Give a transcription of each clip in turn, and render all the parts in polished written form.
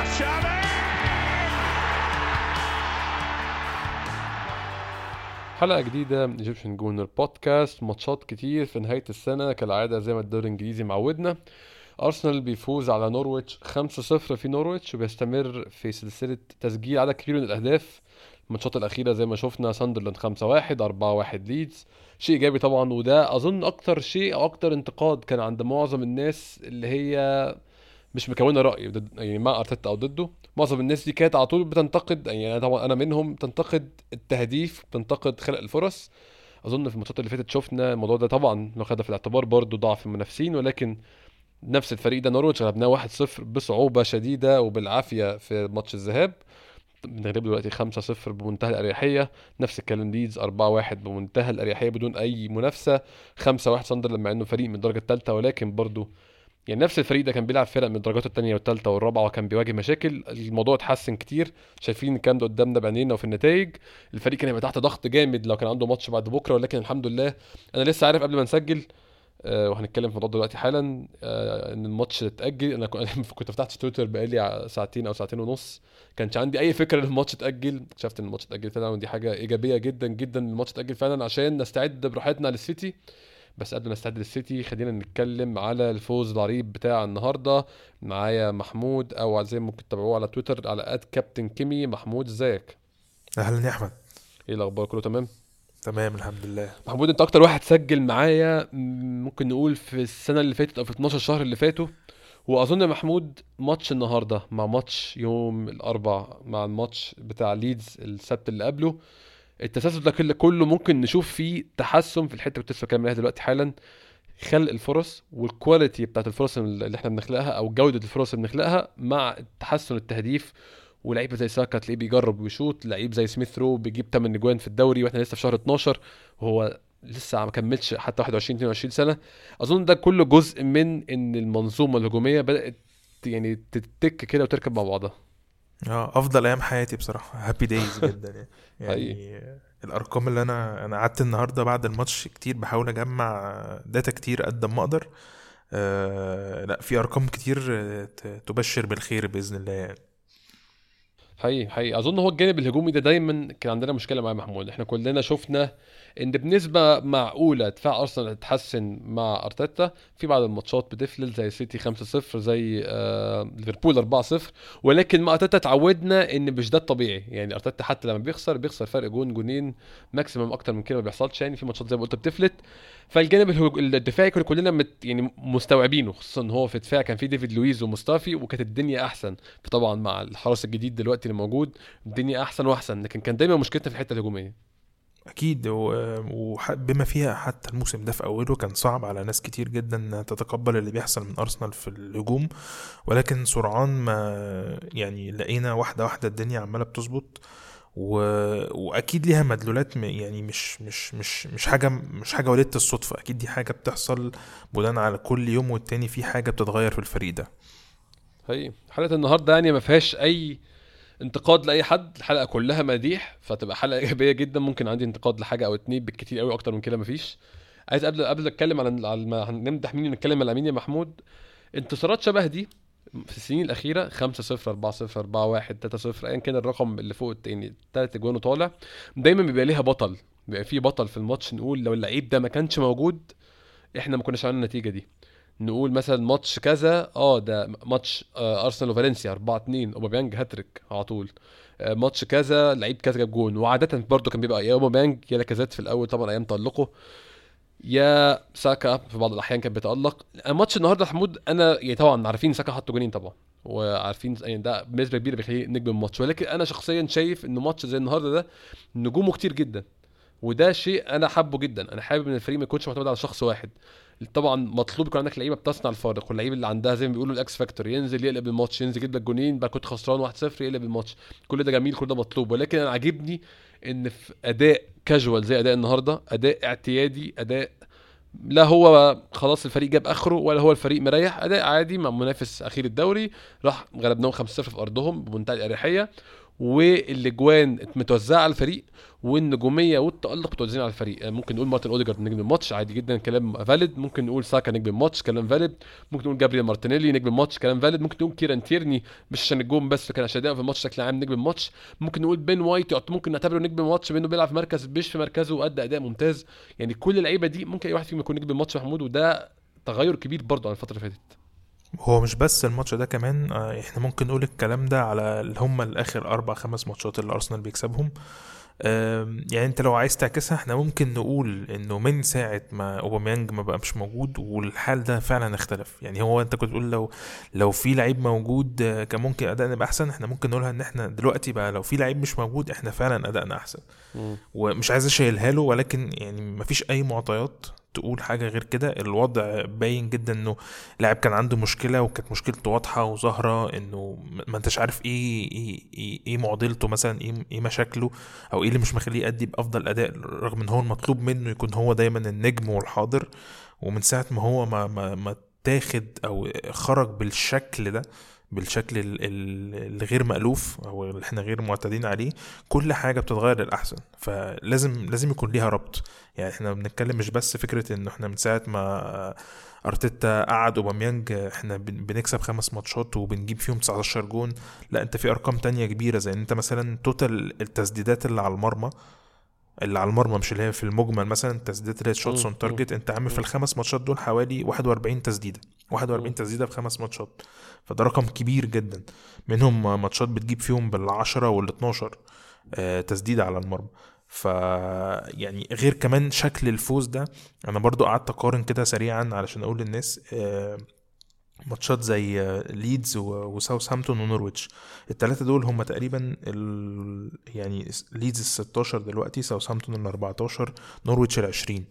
حلقة جديدة من ايجيبشن جونر بودكاست. ماتشات كتير في نهاية السنة كالعادة زي ما الدوري الانجليزي معودنا. ارسنال بيفوز على نورويتش 5-0 في نورويتش وبيستمر في سلسلة تسجيل عدد كبير من الاهداف. الماتشات الاخيرة زي ما شفنا ساندرلاند 5-1 4-1 ليدز، شيء ايجابي طبعا. وده اظن اكتر شيء او اكتر انتقاد كان عند معظم الناس اللي هي مش مكونه راي يعني مع ارتيتا او ضده. معظم الناس دي كانت على طول بتنتقد، يعني انا طبعا انا منهم، تنتقد التهديف، تنتقد خلق الفرص. اظن في الماتشات اللي فاتت شفنا الموضوع ده طبعا لو خدها في الاعتبار برضو ضعف المنافسين، ولكن نفس الفريق ده نورويتش غلبناه 1-0 بصعوبه شديده وبالعافيه في ماتش الذهاب. بنغلب دلوقتي 5-0 بمنتهى الاريحيه. نفس الكلام ليدز 4-1 بمنتهى الاريحيه بدون اي منافسه. 5-1 ساندرلاند مع انه فريق من الدرجه الثالثه، ولكن برضو يعني نفس الفريق ده كان بيلعب فرق من الدرجات الثانيه والثالثه والرابعه وكان بيواجه مشاكل. الموضوع اتحسن كتير، شايفين الكلام ده قدامنا بعينينا وفي النتائج. الفريق كان هيبقى تحت ضغط جامد لو كان عنده ماتش بعد بكره، ولكن الحمد لله. انا لسه عارف قبل ما نسجل وهنتكلم في الموضوع دلوقتي حالا ان الماتش اتاجل. انا كنت فتحت تويتر بقالي ساعتين او ساعتين ونص، كانش عندي اي فكره ان الماتش اتاجل. اكتشفت ان الماتش اتاجل فعلا، ودي حاجه ايجابيه جدا جدا. الماتش اتاجل فعلا عشان نستعد براحتنا للسيتي. بس قبل ما نستعد للسيتي خلينا نتكلم على الفوز العريب بتاع النهارده. معايا محمود، او زي ما ممكن تتابعوه على تويتر على @كابتن كيمي. محمود ازيك؟ اهلا يا احمد. ايه الاخبار؟ كله تمام؟ تمام الحمد لله. محمود انت اكتر واحد سجل معايا ممكن نقول في السنه اللي فاتت او في 12 شهر اللي فاتوا. واظن يا محمود ماتش النهارده مع ماتش يوم الاربع مع الماتش بتاع ليدز السبت اللي قبله، التسلسل ده كله ممكن نشوف فيه تحسن في الحته اللي كنت لسه بتكلم عليها دلوقتي حالا. خلق الفرص والكواليتي بتاعت الفرص اللي احنا بنخلقها او جودة الفرص اللي بنخلقها مع تحسن التهديف. ولعيبه زي ساكا تلاقيه بيجرب ويشوط، لعيب زي سميث رو بيجيب 8 اجوان في الدوري واحنا لسه في شهر 12 وهو لسه ما كملش حتى 21 22 سنه. اظن ده كله جزء من ان المنظومه الهجوميه بدات يعني تتك كده وتركب مع بعضها. افضل ايام حياتي بصراحه، هابي دايز جدا يعني. حقيقي. يعني الارقام اللي انا قعدت النهارده بعد الماتش كتير بحاول اجمع داتا كتير قد ما اقدر. لا في ارقام كتير تبشر بالخير باذن الله يعني. حقيقي اظن هو الجانب الهجومي ده دايما كان عندنا مشكله مع محمود. احنا كلنا شفنا ان بنسبه معقوله دفاع ارسنال اتحسن مع ارتيتا، في بعض الماتشات بتفلل زي سيتي 5-0 زي ليفربول 4-0، ولكن مع ارتيتا اتعودنا ان مش ده الطبيعي. يعني ارتيتا حتى لما بيخسر فرق جون جونين ماكسيمم، اكتر من كده ما بيحصلش. يعني في ماتشات زي ما قلت بتفلت. فالجانب الدفاعي كنا كلنا يعني مستوعبينه، خصوصا ان هو في الدفاع كان في ديفيد لويز ومصطفي وكانت الدنيا احسن. فطبعا مع الحرس الجديد دلوقتي اللي موجود الدنيا احسن واحسن، لكن كان دايما مشكلتنا في الحته الهجوميه. اكيد وبما فيها حتى الموسم ده في اوله كان صعب على ناس كتير جدا انها تتقبل اللي بيحصل من ارسنال في الهجوم، ولكن سرعان ما يعني لقينا واحده واحده الدنيا عماله بتظبط. واكيد ليها مدلولات، يعني مش حاجه وليدة الصدفه، اكيد دي حاجه بتحصل بناء على كل يوم والتاني في حاجه بتتغير في الفريق ده. هي حلقه النهارده يعني ما فيهاش اي انتقاد لاي حد، الحلقه كلها مديح، فتبقى حلقه ايجابيه جدا. ممكن عندي انتقاد لحاجه او اتنين بالكتير قوي، اكتر من كده مفيش. عايز قبل اتكلم على ما هنمدح مين ونتكلم على مين يا محمود. انتصارات شبه دي في السنين الاخيره 5-0 4-0 4-1 3-0 ايا كان الرقم اللي فوق يعني 3 اجوان وطالع، دايما بيبقى ليها بطل. بيبقى في بطل في الماتش نقول لو اللعيب ده ما كانش موجود احنا ما كناش عملنا النتيجه دي. نقول مثلا ماتش كذا ده ماتش ارسنال وفالنسيا 4-2 اوباميانج هاتريك على طول. ماتش كذا لعيب كذا جاب جون. وعاده برضو كان بيبقى يا اوباميانج يا لاكازيت في الاول طبعا ايام تالقه، يا ساكا في بعض الاحيان كان بيتالق. ماتش النهارده حمود انا يعني طبعا عارفين ساكا حط جونين طبعا، وعارفين يعني ده بنسبه كبيره بيخليه نجم الماتش، ولكن انا شخصيا شايف انه ماتش زي النهارده ده نجومه كتير جدا، وده شيء انا حابه جدا. انا حابب ان الفريق ما يكونش معتمد على شخص واحد. طبعا مطلوب يكون عندك لعيبه بتصنع الفارق، واللعيبه اللي عندها زي ما بيقولوا الاكس فاكتور، ينزل يقلب الماتش، ينزل يجيب لك جونين بقى كنت خسران 1-0 يقلب الماتش. كل ده جميل، كل ده مطلوب، ولكن انا عاجبني ان في اداء كاجوال زي اداء النهارده، اداء اعتيادي، اداء لا هو خلاص الفريق جاب اخره ولا هو الفريق مريح، اداء عادي مع منافس اخير الدوري. راح غلبناهم 5-0 في ارضهم بمنتهى الاريحيه، والاجوان متوزعه على الفريق، والنجوميه والتالق متوزعين على الفريق. ممكن نقول مارتن اوديجارد نجم الماتش عادي جدا، كلام فاليد. ممكن نقول ساكا نجم الماتش، كلام فاليد. ممكن نقول جابرييل مارتينيلي نجم الماتش، كلام فاليد. ممكن نقول كيران تيرني مش عشان الجون بس، كان عشان اداؤه في الماتش بشكل عام نجم الماتش. ممكن نقول بين وايت ممكن نعتبره نجم الماتش بانه بيلعب في مركز مش في مركزه وادى اداء ممتاز. يعني كل اللعيبه دي ممكن اي واحد فيهم يكون نجم الماتش محمود، وده تغير كبير برضه عن الفتره اللي فاتت. هو مش بس الماتش ده كمان، احنا ممكن نقول الكلام ده على اللي هم الاخر 4-5 ماتشات اللي ارسنال بيكسبهم. يعني انت لو عايز تعكسها، احنا ممكن نقول انه من ساعة ما اوباميانج ما بقى مش موجود والحال ده فعلا اختلف. يعني هو انت كنت تقول لو في لعيب موجود كان ممكن ادائنا يبقى احسن، احنا ممكن نقولها ان احنا دلوقتي بقى لو في لعيب مش موجود احنا فعلا ادائنا احسن. ومش عايز اشيلها له، ولكن يعني مفيش اي معطيات تقول حاجة غير كده. الوضع باين جدا انه لاعب كان عنده مشكلة وكانت مشكلته واضحة وظاهرة، انه ما انتش عارف ايه معضلته مثلا، ايه مشاكله، او ايه اللي مش مخليه يأدي بافضل اداء، رغم ان هو المطلوب منه يكون هو دايما النجم والحاضر. ومن ساعة ما هو ما تاخد او خرج بالشكل ده، بالشكل الغير مألوف او اللي احنا غير معتادين عليه، كل حاجة بتتغير للأحسن. فلازم يكون ليها ربط. يعني احنا بنتكلم مش بس فكرة انه احنا من ساعة ما ارتيتا قعد اوباميانج احنا بنكسب 5 ماتشات وبنجيب فيهم 19 جون. لا، انت في ارقام تانية كبيرة، زي انت مثلا توتال التسديدات اللي على المرمى مش اللي هي في المجمل، مثلا التسديدات اللي هي شوتس اون تارجت، انت عامل في ال5 ماتشات دول حوالي 41 تسديده. 41 تسديده في 5 ماتشات، فده رقم كبير جدا. منهم ماتشات بتجيب فيهم بال10 وال12 تسديده على المرمى. ف يعني غير كمان شكل الفوز ده، انا برضو قعدت اقارن كده سريعا علشان اقول للناس ماتشات زي ليدز وساوثهامبتون ونورويتش. الثلاثه دول هم تقريبا يعني ليدز 16 دلوقتي، ساوثهامبتون 14، نورويتش 20.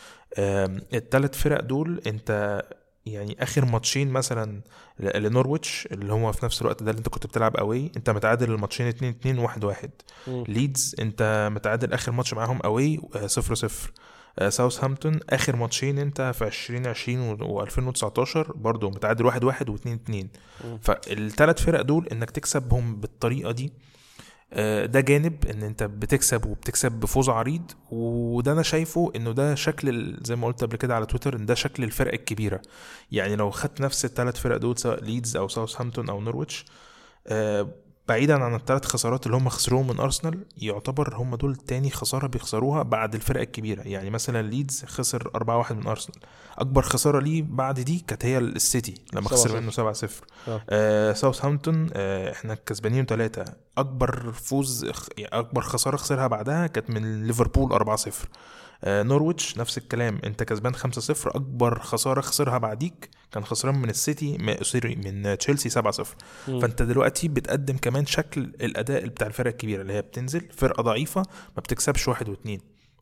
الثلاث فرق دول انت يعني اخر ماتشين مثلا لنورويتش اللي هو في نفس الوقت ده اللي انت كنت بتلعب قوي، انت متعادل الماتشين 2-2 1-1. ليدز انت متعادل اخر ماتش معاهم قوي 0-0. ساوثهامبتون اخر ماتشين انت في 2020 و2019 برضو متعادل 1-1 و2-2. فالثلاث فرق دول انك تكسبهم بالطريقة دي، ده جانب ان انت بتكسب وبتكسب بفوز عريض. وده انا شايفه انه ده شكل زي ما قلت قبل كده على تويتر، ان ده شكل الفرق الكبيرة. يعني لو خدت نفس الثلاث فرق دول سواء ليدز او ساوثهامبتون او نورويتش، بعيدا عن الثلاث خسارات اللي هم خسروهم من ارسنال، يعتبر هم دول تاني خساره بيخسروها بعد الفرق الكبيره. يعني مثلا ليدز خسر 4-1 من ارسنال، اكبر خساره ليه بعد دي كانت هي السيتي لما خسر منه 7-0. ساوثهامبتون احنا كسبانين 3، اكبر فوز يعني اكبر خساره خسرها بعدها كانت من ليفربول 4-0. نورويتش نفس الكلام، انت كسبان 5-0، اكبر خساره خسرها بعديك كان خسران من السيتي من تشيلسي 7-0. فانت دلوقتي بتقدم كمان شكل الاداء بتاع الفرق الكبيره اللي هي بتنزل فرقه ضعيفه ما بتكسبش 1 و2،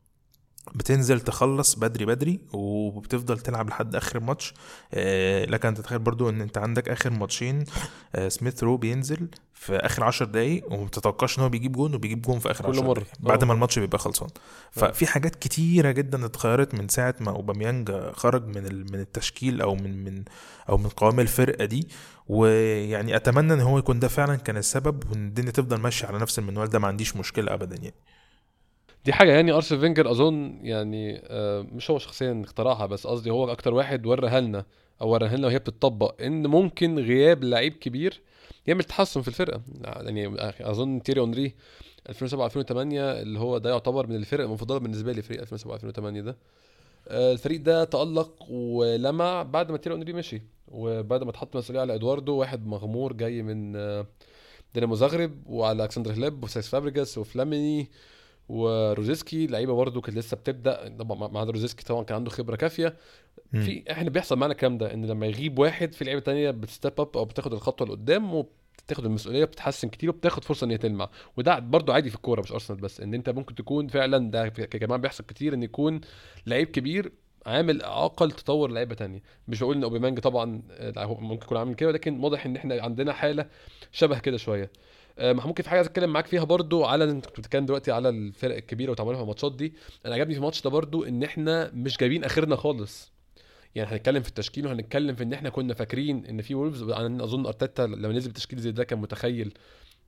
بتنزل تخلص بدري وبتفضل تلعب لحد اخر ماتش. لكن انت تتخيل برضو ان انت عندك اخر ماتشين سميث رو بينزل في اخر 10 دقايق وما بتتوقعش ان هو بيجيب جون في اخر 10 دقايق بعد ما الماتش بيبقى خلصان. ففي حاجات كتيره جدا اتغيرت من ساعه ما اوباميانج خرج من التشكيل او من قوام الفرقه دي. ويعني اتمنى ان هو يكون ده فعلا كان السبب، وان الدنيا تفضل ماشيه على نفس المنوال ده، ما عنديش مشكله ابدا. يعني دي حاجه يعني ارسنال فينجر اظن يعني مش هو شخصيا اخترعها، بس قصدي هو اكتر واحد وريها لنا وهي بتطبق ان ممكن غياب لعيب كبير يعمل تحسن في الفرقه. يعني اظن تيري اونري 2007 2008 اللي هو ده يعتبر من الفرق المفضله بالنسبه لي، فريق 2007 2008 ده. الفريق ده تألق ولمع بعد ما تيري اونري مشي، وبعد ما اتحط مسؤوليه على ادواردو، واحد مغمور جاي من دينامو زغرب، وعلى الكسندر هليب وسايس فابريجاس وفلاميني وروزيسكي، لعيبه برضو كانت لسه بتبدا. طبعا مع روزيسكي طبعا كان عنده خبره كافيه. في احنا بيحصل معانا الكلام ده، ان لما يغيب واحد في لعيبه تانية بتستيب اب او بتاخد الخطوه لقدام وبتاخد المسؤوليه، بتتحسن كتير وبتاخد فرصه ان هي تلمع. وده برضو عادي في الكوره، مش ارسنال بس، ان انت ممكن تكون فعلا، ده يا جماعه بيحصل كتير، ان يكون لعيب كبير عامل اعاقل تطور لعيبه تانية. مش بقول ان اوباميانج طبعا ممكن يكون عامل كده، لكن واضح ان احنا عندنا حاله شبه كده شويه. ممكن في حاجه عايز اتكلم معاك فيها برضو، على انت كنت بتتكلم دلوقتي على الفرق الكبيره وتعاملها في الماتشات دي. انا عجبني في الماتش ده برضو ان احنا مش جايبين اخرنا خالص. يعني هنتكلم في التشكيل، وهنتكلم في ان احنا كنا فاكرين ان في وولفز. انا اظن ارتيتا لما نزل بتشكيل زي ده كان متخيل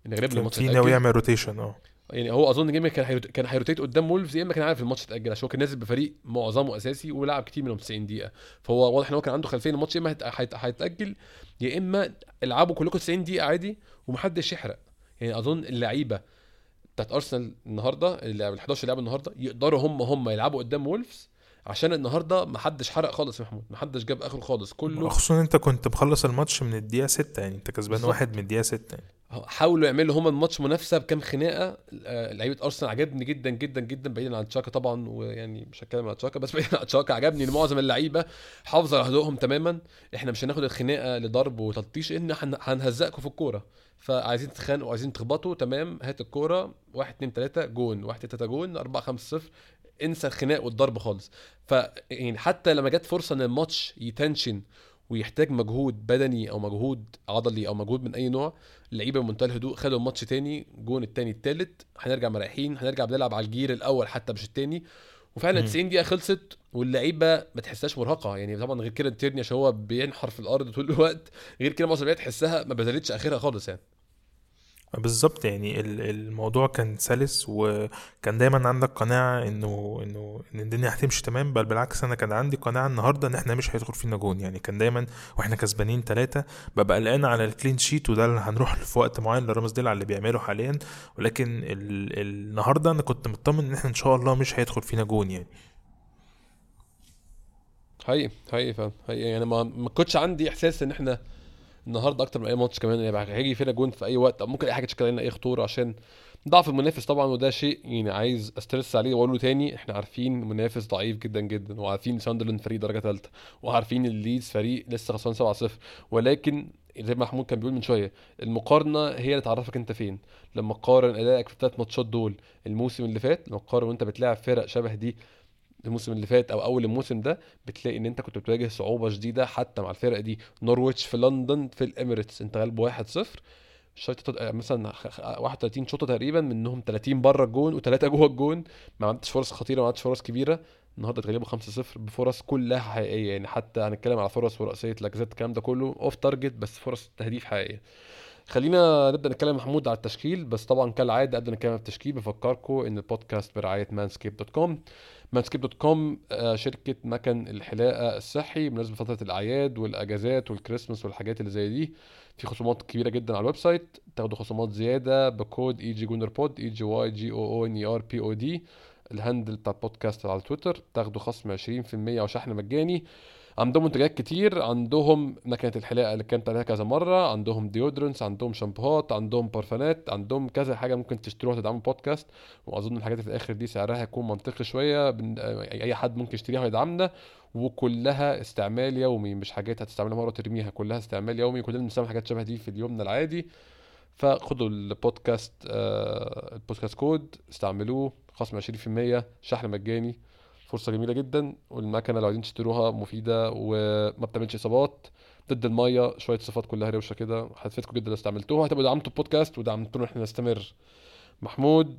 ان غالبا كان الماتش في ناوي اتاجل. يعمل روتيشن. يعني هو اظن جيمي كان هيروتيت قدام وولفز، يا اما كان عارف الماتش اتاجل عشان هو كان نازل بفريق معظمه اساسي ولعب كتير منهم 90 دقيقه، فهو واضح ان هو كان عنده خلفيه الماتش يا اما هيتاجل يا اما العبوا كلكم 90 دقيقه عادي ومحدش يحرق. يعني اظن اللعيبه بتاعت ارسنال النهارده اللي ال 11 لعبوا النهارده يقدروا هم يلعبوا قدام وولفز، عشان النهارده محدش حرق خالص يا محمود، محدش جاب اخره خالص كله. خصوصا انت كنت مخلص الماتش من الدقيقة 6، يعني انت كسبان بالظبط. 1 من الدقيقة 6 يعني. حاولوا يعملوا هما الماتش منافسه بكام خناقه. لعيبه ارسنال عجبني جدا جدا جدا، بعيدا عن تشاكا طبعا، ويعني مش هتكلم عن تشاكا، بس بعيدا عن تشاكا عجبني ان معظم اللعيبه حافظه على هدوءهم تماما. احنا مش هناخد الخناقه لضرب وتلطيش، ان هنهزقكم في الكوره، فعايزين تتخانقوا وعايزين تخبطوا تمام، هات الكوره 1 2 3 جون، 1 2 3 جون، 4 5 0. انسى الخناق والضرب خالص. ف يعني حتى لما جت فرصه ان الماتش يتنشن ويحتاج مجهود بدني او مجهود عضلي او مجهود من اي نوع، اللعيبه بمنتهى الهدوء خدوا الماتش تاني، جون التاني التالت، هنرجع مريحين، هنرجع بنلعب على الجير الاول حتى مش التاني. وفعلا مم. 90 دقيقه خلصت واللعيبه ما تحسهاش مرهقه. يعني طبعا غير كده تيرني عشان هو بينحر في الارض طول الوقت، غير كده معظم اللعيبه تحسها ما بذلتش اخرها خالص يعني. بالظبط، يعني الموضوع كان سلس، وكان دايما عندك قناعة ان الدنيا هتمشي تمام. بل بالعكس، انا كان عندي قناعة النهاردة ان احنا مش هيدخل فينا جون. يعني كان دايما واحنا كسبانين 3 ببقى قلقان على الكلين شيت، وده اللي هنروح في وقت معين لرامز ديل على اللي بيعمله حاليا. ولكن النهاردة انا كنت مطمن ان احنا ان شاء الله مش هيدخل فينا جون يعني. حقيقي فعلا حقيقي. يعني ما كنتش عندي احساس ان احنا النهارده اكتر من اي ماتش كمان يبقى هيجي فينا جون في اي وقت، او ممكن اي حاجه تشكل لنا اي خطوره عشان ضعف المنافس طبعا. وده شيء يعني عايز استرس عليه واقول له تاني، احنا عارفين منافس ضعيف جدا جدا، وعارفين ساندرلاند فريق درجه ثالثه، وعارفين الليدز فريق لسه خسران 7-0. ولكن زي ما محمود كان بيقول من شويه، المقارنه هي اللي تعرفك انت فين. لما تقارن ادائك في الثلاث ماتشات دول الموسم اللي فات، لما تقارن وانت بتلاعب فرق شبه دي الموسم اللي فات او اول الموسم ده، بتلاقي ان انت كنت بتواجه صعوبه شديده حتى مع الفرق دي. نورويتش في لندن في الاميريتس انت غالبه 1-0، مثلا 31 شوطه تقريبا منهم 30 بره الجون و3 جوه الجون، ما عملتش فرص خطيره، ما عملتش فرص كبيره. النهارده اتغلبوا 5-0 بفرص كلها حقيقيه. يعني حتى هنتكلم على فرص ورأسيه لاجزات الكلام ده كله اوف تارجت، بس فرص تهديف حقيقيه. خلينا نبدا نتكلم محمود على التشكيل. بس طبعا كالعاده قبل ما نتكلم على التشكيل بفكركم ان البودكاست برعايه مانسكيب دوت كوم. مانسكيب دوت كوم شركه مكن الحلاقه الصحي بمناسبه فتره الاعياد والاجازات والكريسماس والحاجات اللي زي دي. في خصومات كبيره جدا على الويب سايت، تاخدوا خصومات زياده بكود اي جي جونر بود EGYGOONERPOD. الهاندل بتاع البودكاست على تويتر، تاخدوا خصم 20% او شحن مجاني. عندهم منتجات كتير، عندهم مكنة الحلاقة اللي كانت عليها كذا مرة، عندهم ديودرنس، عندهم شامبوهات، عندهم بارفانات، عندهم كذا حاجة ممكن تشتروها تدعموا بودكاست. وأظن الحاجات في الآخر دي سعرها هيكون منطقي شوية، أي حد ممكن يشتريها ويدعمنا. وكلها استعمال يومي، مش حاجات هتستعملها مرة وترميها، كلها استعمال يومي، كلنا بنستعمل حاجات شبه دي في اليومنا العادي. فخدوا البودكاست كود استعملوه، خصم 20%، شحن مجاني. فرصة جميلة جدا، والمكنة لو عايزين تشتروها مفيدة وما بتعملش إصابات، ضد المية، شوية صفات كلها روشة كده، هتفيدكم جدا لو استعملتوها، هتبقوا دعمتوا البودكاست ودعمتونا احنا نستمر. محمود،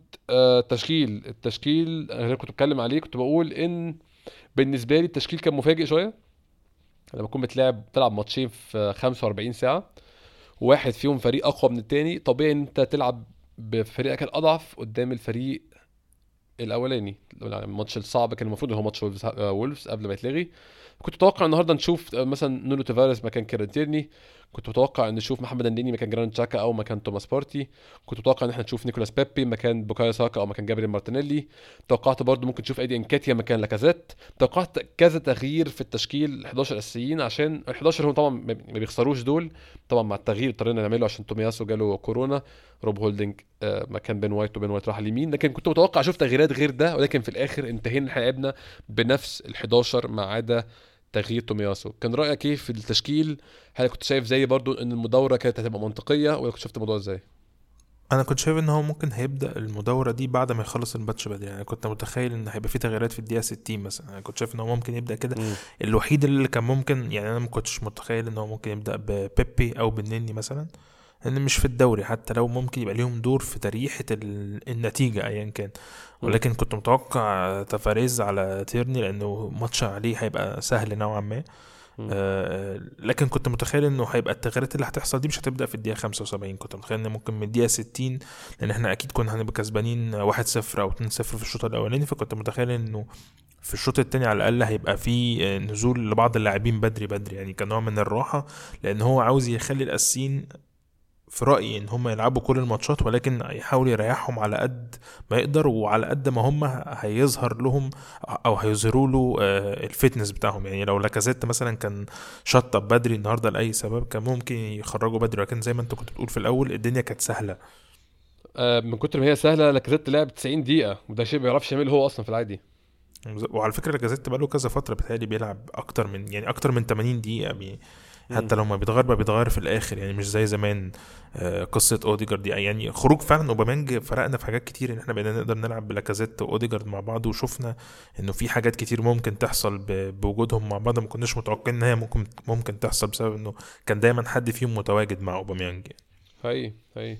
التشكيل انا كنت بتكلم عليه، كنت بقول ان بالنسبة لي التشكيل كان مفاجئ شوية. لما تكون بتلعب ماتشين في 45 ساعة، واحد فيهم فريق اقوى من التاني، طبيعي ان انت تلعب بفريقك الاضعف قدام الفريق الاولاني. الماتش الصعب كان المفروض هو ماتش وولفز قبل ما يتلغي. كنت متوقع النهارده نشوف مثلا نونو تيفاريز مكان كيرنتيرني، كنت متوقع ان نشوف محمد النني مكان جرانيت تشاكا او مكان توماس بارتي، كنت متوقع ان احنا نشوف نيكولاس بيبي مكان بوكايو ساكا او مكان جابريل مارتينيلي، توقعت برضو ممكن نشوف ايدي انكاتيا مكان لاكازيت. توقعت كذا تغيير في التشكيل 11 اساسيين، عشان ال 11 هم طبعا ما بيخسروش دول. طبعا مع التغيير اضطرينا نعمله عشان تومياسو جاله كورونا، روب هولدنج مكان بين وايت، وبين وايت راح اليمين. لكن كنت متوقع اشوف تغييرات غير ده، ولكن في الاخر انتهينا احنا لعبنا بنفس ال 11 ما عدا تغيير تومياسو. كان رايك ايه في التشكيل؟ هل كنت شايف زي برضو ان المدوره كانت هتبقى منطقيه، ولا كنت شفت الموضوع ازاي؟ انا كنت شايف ان هو ممكن هيبدا المدوره دي بعد ما يخلص الماتش بدري. يعني كنت متخيل ان هيبقى في تغييرات في الدقيقه 60 مثلا. انا كنت شايف ان هو ممكن يبدا كده. امم الوحيد اللي كان ممكن، يعني انا ما كنتش متخيل ان هو ممكن يبدا ببيبي او بالنني مثلا، لان مش في الدوري حتى لو ممكن يبقى ليهم دور في تريحه النتيجه ايا كان. ولكن كنت متوقع تفاريز على تيرني، لانه ماتش عليه هيبقى سهل نوعا ما. لكن كنت متخيل انه هيبقى التغييرات اللي هتحصل دي مش هتبدا في الدقيقه 75. كنت متخيل ان ممكن من الدقيقه 60، لان احنا اكيد كنا هنبقى كسبانين 1-0 او 2-0 في الشوط الاولاني. فكنت متخيل انه في الشوط التاني على الاقل هيبقى في نزول لبعض اللاعبين بدري بدري، يعني كنوع من الراحه، لان هو عاوز يخلي الاساسيين في رأيي ان هم يلعبوا كل الماتشات، ولكن يحاول يريحهم على قد ما يقدر، وعلى قد ما هم هيظهر لهم او هيظهروا له الفتنس بتاعهم. يعني لو لاكازيت مثلا كان شطب بدري النهارده لاي سبب كان ممكن يخرجوا بدري، لكن زي ما انت كنت بتقول في الاول الدنيا كانت سهله. من كتر ما هي سهله لاكازيت لعب 90 دقيقه، وده شيء ما بيعرفش يعمله هو اصلا في العادي. وعلى فكره لاكازيت بقاله كذا فتره بتهيألي بيلعب اكتر من 80 دقيقه امم حتى لو ما بيتغير في الاخر، يعني مش زي زمان. قصه اوديجارد دي يعني خروج فعلا اوباميانج فرقنا في حاجات كتير، ان احنا بقينا نقدر نلعب بلاكازيت واوديجارد مع بعض، وشفنا انه في حاجات كتير ممكن تحصل بوجودهم مع بعض، ما كناش متوقعين ان هي ممكن تحصل، بسبب انه كان دايما حد فيهم متواجد مع اوباميانج. هي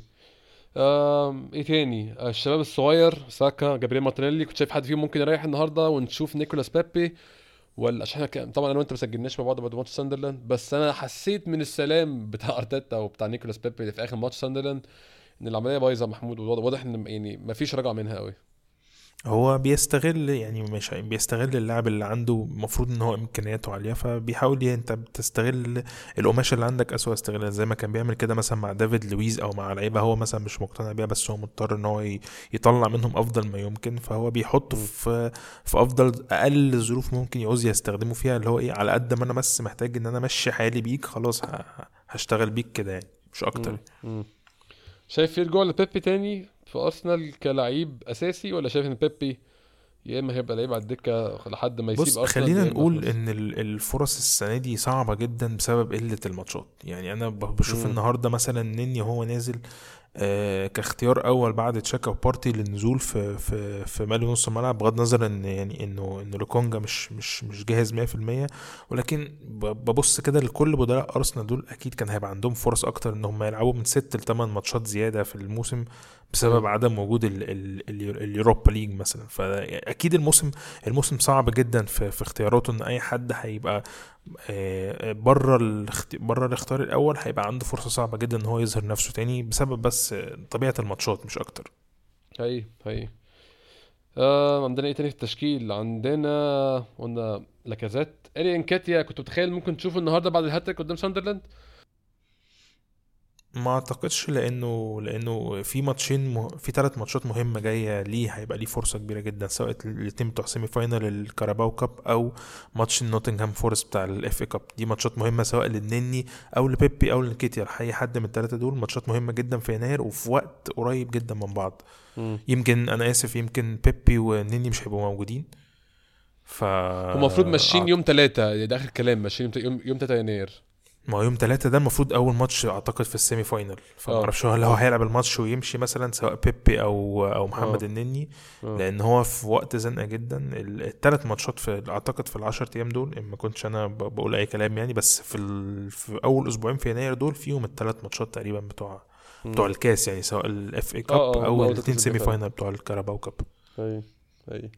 ايه تاني؟ الشباب الصغير ساكا، جابريل مارتينيلي، كنت شايف حد فيهم ممكن يريح النهارده ونشوف نيكولاس بيبي؟ ولا عشان احنا طبعا انا وانت ما سجلناش مع بعض بعد ماتش ساندرلاند، بس انا حسيت من السلام بتاع ارتيتا وبتاع نيكولاس بيبي اللي في اخر ماتش ساندرلاند ان العمليه بايظه محمود، واضح ان يعني ما فيش رجعه منها قوي. هو بيستغل، يعني مش بيستغل اللاعب اللي عنده، المفروض ان هو امكانياته عاليه، فبيحاول انت بتستغل القماشه اللي عندك اسوأ استغلال، زي ما كان بيعمل كده مثلا مع دافيد لويز او مع لعيبه هو مثلا مش مقتنع بيها، بس هو مضطر ان هو يطلع منهم افضل ما يمكن، فهو بيحطه مم. في افضل اقل ظروف ممكن يعوز يستخدمه فيها، اللي هو ايه، على قد ما انا بس محتاج ان انا امشي حالي بيك خلاص هشتغل بيك كده يعني، مش اكتر. مم. شايف في رجوع لبيبي تاني في ارسنال كلاعب اساسي، ولا شايف ان بيبي يا اما هيبقى لعيب على الدكه لحد ما يسيب بص ارسنال خلينا يا اما نقول خلاص؟ ان الفرص السنه دي صعبه جدا بسبب قله الماتشات. يعني انا بشوف امم النهارده مثلا نني هو نازل كاختيار اول بعد تشاكا وبارتي للنزول في مالي نص الملعب، بغض النظر ان يعني انه لوكونجا مش جاهز 100%، ولكن ببص كده لكل بدلاء ارسنال دول اكيد كان هيبقى عندهم فرص اكتر ان هم يلعبوا من 6 ل 8 ماتشات زياده في الموسم، اي بسبب عدم وجود اليوروبا ليج مثلا. فاكيد الموسم صعب جدا في اختياراته، ان اي حد هيبقى بره الاختيار الاول هيبقى عنده فرصه صعبه جدا ان هو يظهر نفسه تاني، بسبب بس طبيعه الماتشات مش اكتر. هي عندنا ايه تاني في التشكيل؟ عندنا قلنا لاكازيت، اري انكاتيا، كنت متخيل ممكن تشوفه النهارده بعد الهاتريك قدام ساندرلاند. ما اعتقدش، لانه في 3 ماتشات مهمه جايه ليه، هيبقى ليه فرصه كبيره جدا، سواء الاتنين بتوع سيمي فاينال الكاراباو كاب او ماتش نوتنغهام فورست بتاع الاف اي كاب. دي ماتشات مهمه سواء للنني او لبيبي او لكيتيا، اي حد من الثلاثه دول ماتشات مهمه جدا في يناير وفي وقت قريب جدا من بعض. امم يمكن انا اسف، يمكن بيبي ونني مش هيبقوا موجودين. ف هم المفروض ماشيين يوم 3، ده اخر كلام، ماشيين يوم 3 يناير. ما هو يوم 3 ده المفروض اول ماتش اعتقد في السيمي فاينل، فما اه اعرفش هل هو اه هيلعب الماتش ويمشي مثلا سواء بيبي او محمد اه النني، اه لان هو في وقت زنقه جدا. ال3 ماتشات اعتقد في ال10 ايام دول، ان ما كنتش انا بقول اي كلام يعني، بس في اول اسبوعين في يناير دول فيهم ال3 ماتشات تقريبا بتوع امم الكاس، يعني سواء الاف اي كاب اه هم او اول 3 الاثنين اسابيع سيمي فعلا. فاينل بتوع الكاراباو كاب. اي اي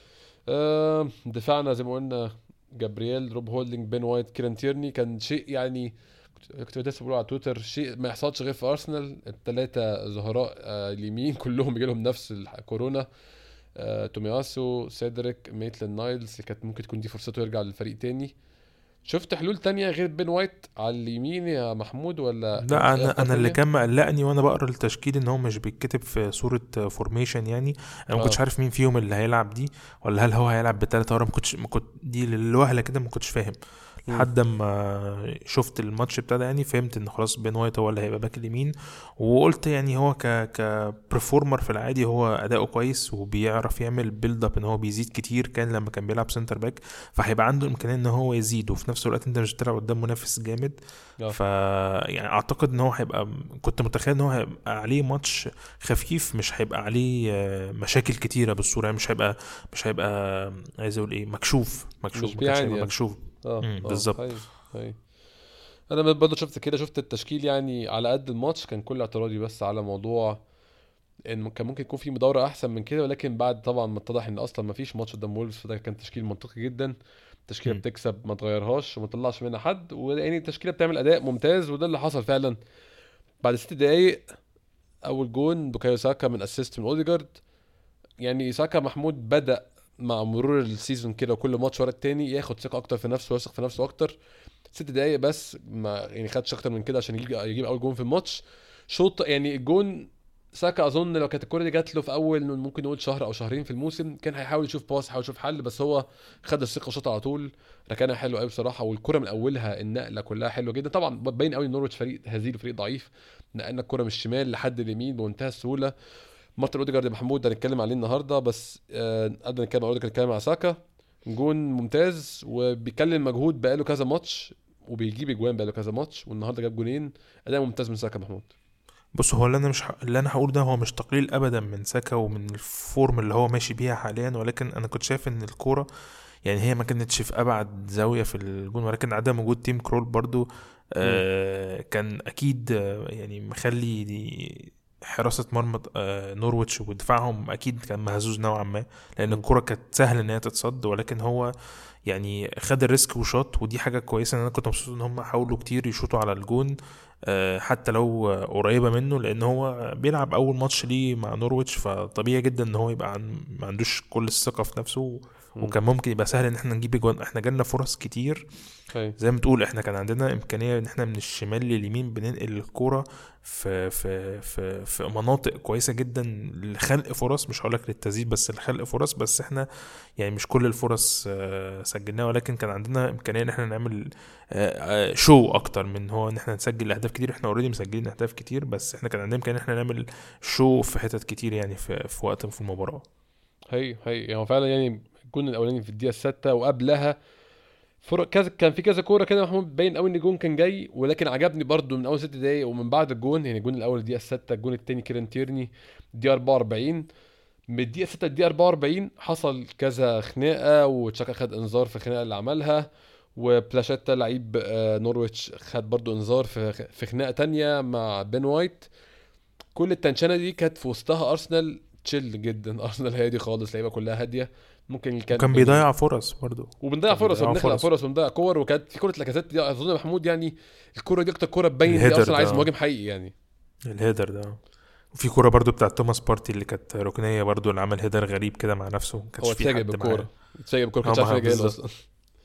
دفاعنا زي ما قلنا، جابرييل، روب هولدنج، بين وايت، كيران تيرني، كان شيء يعني كنت لسه بقول على تويتر شيء ما يحصلش غير في ارسنال. الثلاثه زهراء اليمين كلهم بيجي لهم نفس الكورونا. تومياسو، سيدريك، ميتلين نايلز، كانت ممكن تكون دي فرصته يرجع للفريق تاني. شفت حلول تانية غير بين وايت على اليمين يا محمود، ولا كان لا، في اي افكار انا اللي تانية؟ كان مقلقني وانا بقرا التشكيل ان هو مش بيتكتب في صوره فورميشن، يعني انا ما كنتش اه عارف مين فيهم اللي هيلعب دي، ولا هل هو هيلعب بثلاثه ورا. ما كنت دي للوهله كده ما كنتش فاهم، مم. لحد ما شفت الماتش ابتدى يعني فهمت ان خلاص بين وايت هو اللي هيبقى باك اليمين. وقلت يعني هو كبرفورمر في العادي هو اداؤه كويس وبيعرف يعمل بيلد اب، ان هو بيزيد كتير كان لما كان بيلعب سنتر باك، فهيبقى عنده امكانيه ان هو يزيد، وفي نفس الوقت انت مش بتلعب قدام منافس جامد. اه ف يعني اعتقد ان هو هيبقى، كنت متخيل ان هو هيبقى عليه ماتش خفيف، مش هيبقى عليه مشاكل كتيره بالصوره، يعني مش هيبقى عايز اقول ايه، مكشوف مش ما كانش بيعاني هيبقى يعني. مكشوف. بالظبط. هاي انا برضه شفت كده، شفت التشكيل يعني على قد الماتش، كان كل اعتراضي بس على موضوع ان كان ممكن يكون في مداوره احسن من كده، ولكن بعد طبعا ما اتضح ان اصلا ما فيش ماتش قدام وولفز، فده كان تشكيل منطقي جدا. تشكيله مم. بتكسب ما تغيرهاش وما تطلعش منها حد، ويعني التشكيله بتعمل اداء ممتاز، وده اللي حصل فعلا. بعد 6 دقايق اول جون بوكايو ساكا من اسيست من اوديجارد. يعني ساكا محمود بدأ مع مرور السيزون كده وكل ماتش ورا التاني ياخد ثقة اكتر في نفسه ويثق في نفسه اكتر. 6 دقايق بس، ما يعني خدش اكتر من كده عشان يجيب اول جون في الماتش. شوط يعني الجون ساكا اظن لو كانت الكوره دي جات له في اول ممكن نقول شهر او شهرين في الموسم كان هيحاول يشوف باس، يحاول يشوف حل، بس هو خد الثقه وشاط على طول. ركنها حلو قوي بصراحه، والكره من اولها النقله كلها حلوه جدا. طبعا باين قوي ان نورويتش فريق هزيل وفريق ضعيف، نقلنا الكره من الشمال لحد اليمين بمنتهى السهوله. مارتن اوديجارد يا محمود ده هنتكلم عليه النهارده، بس قبل ما نتكلم على اوديجارد نتكلم على ساكا. جون ممتاز وبيكلم مجهود بقاله كذا ماتش وبيجيب اجوان بقاله كذا ماتش، والنهارده جاب جونين. اداء ممتاز من ساكا محمود. بص، هو اللي انا مش اللي انا هقول ده هو مش تقليل ابدا من ساكا ومن الفورم اللي هو ماشي بيها حاليا، ولكن انا كنت شايف ان الكوره يعني هي ما كانتش في ابعد زاويه في الجون، ولكن عدم وجود تيم كرول برضو امم كان اكيد يعني مخلي حراسة مرمى نورويتش ودفاعهم اكيد كان مهزوز نوعا ما، لان الكرة كانت سهل ان هي تتصد، ولكن هو يعني خد الريسك وشاط، ودي حاجة كويسة. ان انا كنت مبسوط ان هم حاولوا كتير يشوطوا على الجون حتى لو قريبة منه، لان هو بيلعب اول ماتش ليه مع نورويتش، فطبيعي جدا ان هو يبقى ما عندوش كل الثقة في نفسه، وكان ممكن يبقى سهل ان احنا نجيب اجوان. احنا جالنا فرص كتير اي زي ما تقول، احنا كان عندنا امكانيه ان احنا من الشمال لليمين بننقل الكوره في مناطق كويسه جدا لخلق فرص، مش هقولك للتسديد بس لخلق فرص. بس احنا يعني مش كل الفرص سجلناها، ولكن كان عندنا امكانيه ان احنا نعمل شو اكتر من هو ان احنا نسجل اهداف كتير. احنا اوريدي مسجلين اهداف كتير، بس احنا كان عندنا امكانيه ان احنا نعمل شو في حتت كتير يعني في وقت في المباراه. هي يعني هو فعلا يعني الجون الاولاني في الدقيقه السادسه وقبلها كذا كان في كذا كوره كده محمود باين قوي ان الجون كان جاي، ولكن عجبني برضو من اول 6 دقايق ومن بعد الجون. يعني الجون الاول الدقيقه السادسه، الجون الثاني كيرن تيرني الدقيقه 44. من الدقيقه 6 الدقيقه 44 حصل كذا خناقه، وتشاكا خد انذار في الخناقه اللي عملها، وبلاشيتا لعيب نورويتش خد برضو انذار في خناقه تانية مع بين وايت. كل التنشنه دي كانت في وسطها ارسنال تشيل جدا. ارسنال هادي خالص، لعيبه كلها هاديه. ممكن وكان كان بيضيع فرص برضو، وبنضيع كان فرص بيضيعوا وبنخلق فرص. فرص وبنضيع كور. وكانت في كره لاكازيت دي اظن محمود يعني الكره دي اكتر كره تبين ان الهيدر ارسنال عايز ده، مهاجم حقيقي يعني. الهيدر ده. وفي كوره برضو بتاعت توماس بارتي اللي كانت ركنيه برضو، اللي عمل هيدر غريب كده مع نفسه، ما هو كانش في اتفاجئ حد معاه. بالكوره، اتفاجئ بالكوره، اه، كانش عارف ما هي جايه له بالظبط. اصلا.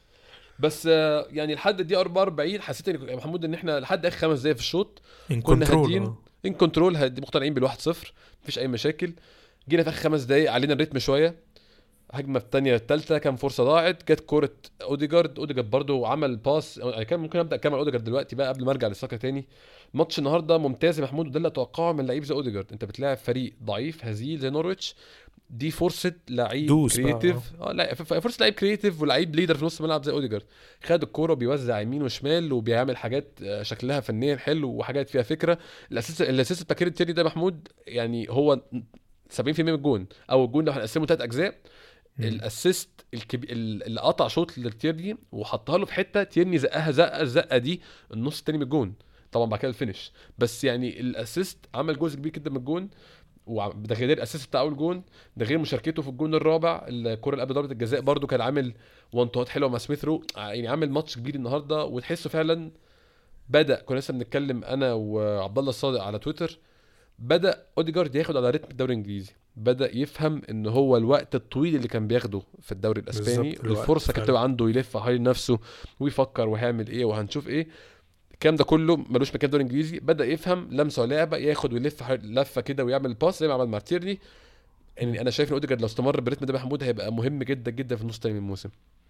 بس يعني لحد الدقيقه 44 حسيت ان يا محمود ان احنا لحد اخر 5 دقايق في الشوط ان كنا كنترول، هادين، ان كنترول، مقتنعين بال1-0، مفيش اي مشاكل. جينا في اخر 5 دقايق علينا الريتم شويه. هجمه الثانيه الثالثه كان فرصه ضاعت، جت كوره اوديجارد برضو عمل باس. يعني كان ممكن ابدا اكمل اوديجارد دلوقتي بقى قبل ما ارجع للساكا تاني. ماتش النهارده ممتاز يا محمود، وده اللي اتوقعه من لعيب زي اوديجارد. انت بتلاعب فريق ضعيف هزيل زي نورويتش، دي فرصه لعيب دوس بقى كرييتيف. لا فرصه لعيب كرييتيف ولعيب ليدر في نص الملعب زي اوديجارد. خد الكوره وبيوزع يمين وشمال وبيعمل حاجات شكلها فنيا حلو وحاجات فيها فكره. الاساس بتاع كيرن تيرني ده محمود يعني هو 70% من الجون، او الجون لو هنقسمه 3 اجزاء. مم. الاسيست اللي قطع شوط للتيرني وحطها له في حته تيرني زقها الزقه دي النص التاني من الجون. طبعا بعد كده الفينش، بس يعني الاسيست عمل جزء كبير جدا من الجون. وده غير الاسيست بتاع اول جون، ده غير مشاركته في الجون الرابع، الكره اللي قبل ضربه الجزاء برده كان عامل وانتوات حلوه مع سميث رو. يعني عامل ماتش كبير النهارده، وتحسه فعلا بدا. كنا لسه بنتكلم انا وعبد الله الصادق على تويتر، بدأ اوديجارد ياخد على رتم الدوري الانجليزي، بدأ يفهم ان هو الوقت الطويل اللي كان بياخده في الدوري الاسباني، بالظبط، الوقت الفرصه كانت فعلا. تبقى عنده يلف حوالين نفسه ويفكر وهيعمل ايه وهنشوف ايه. الكلام ده كله ملوش مكان في الدوري الانجليزي. بدأ يفهم لمسه لعبه، ياخد ويلف لفه كده ويعمل باس زي ما عمل مع تيرني. مم. يعني انا شايف ان اوديجارد لو استمر بالريتم ده محمود هيبقى مهم جدا جدا في النص التاني من الموسم.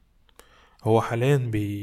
هو حاليا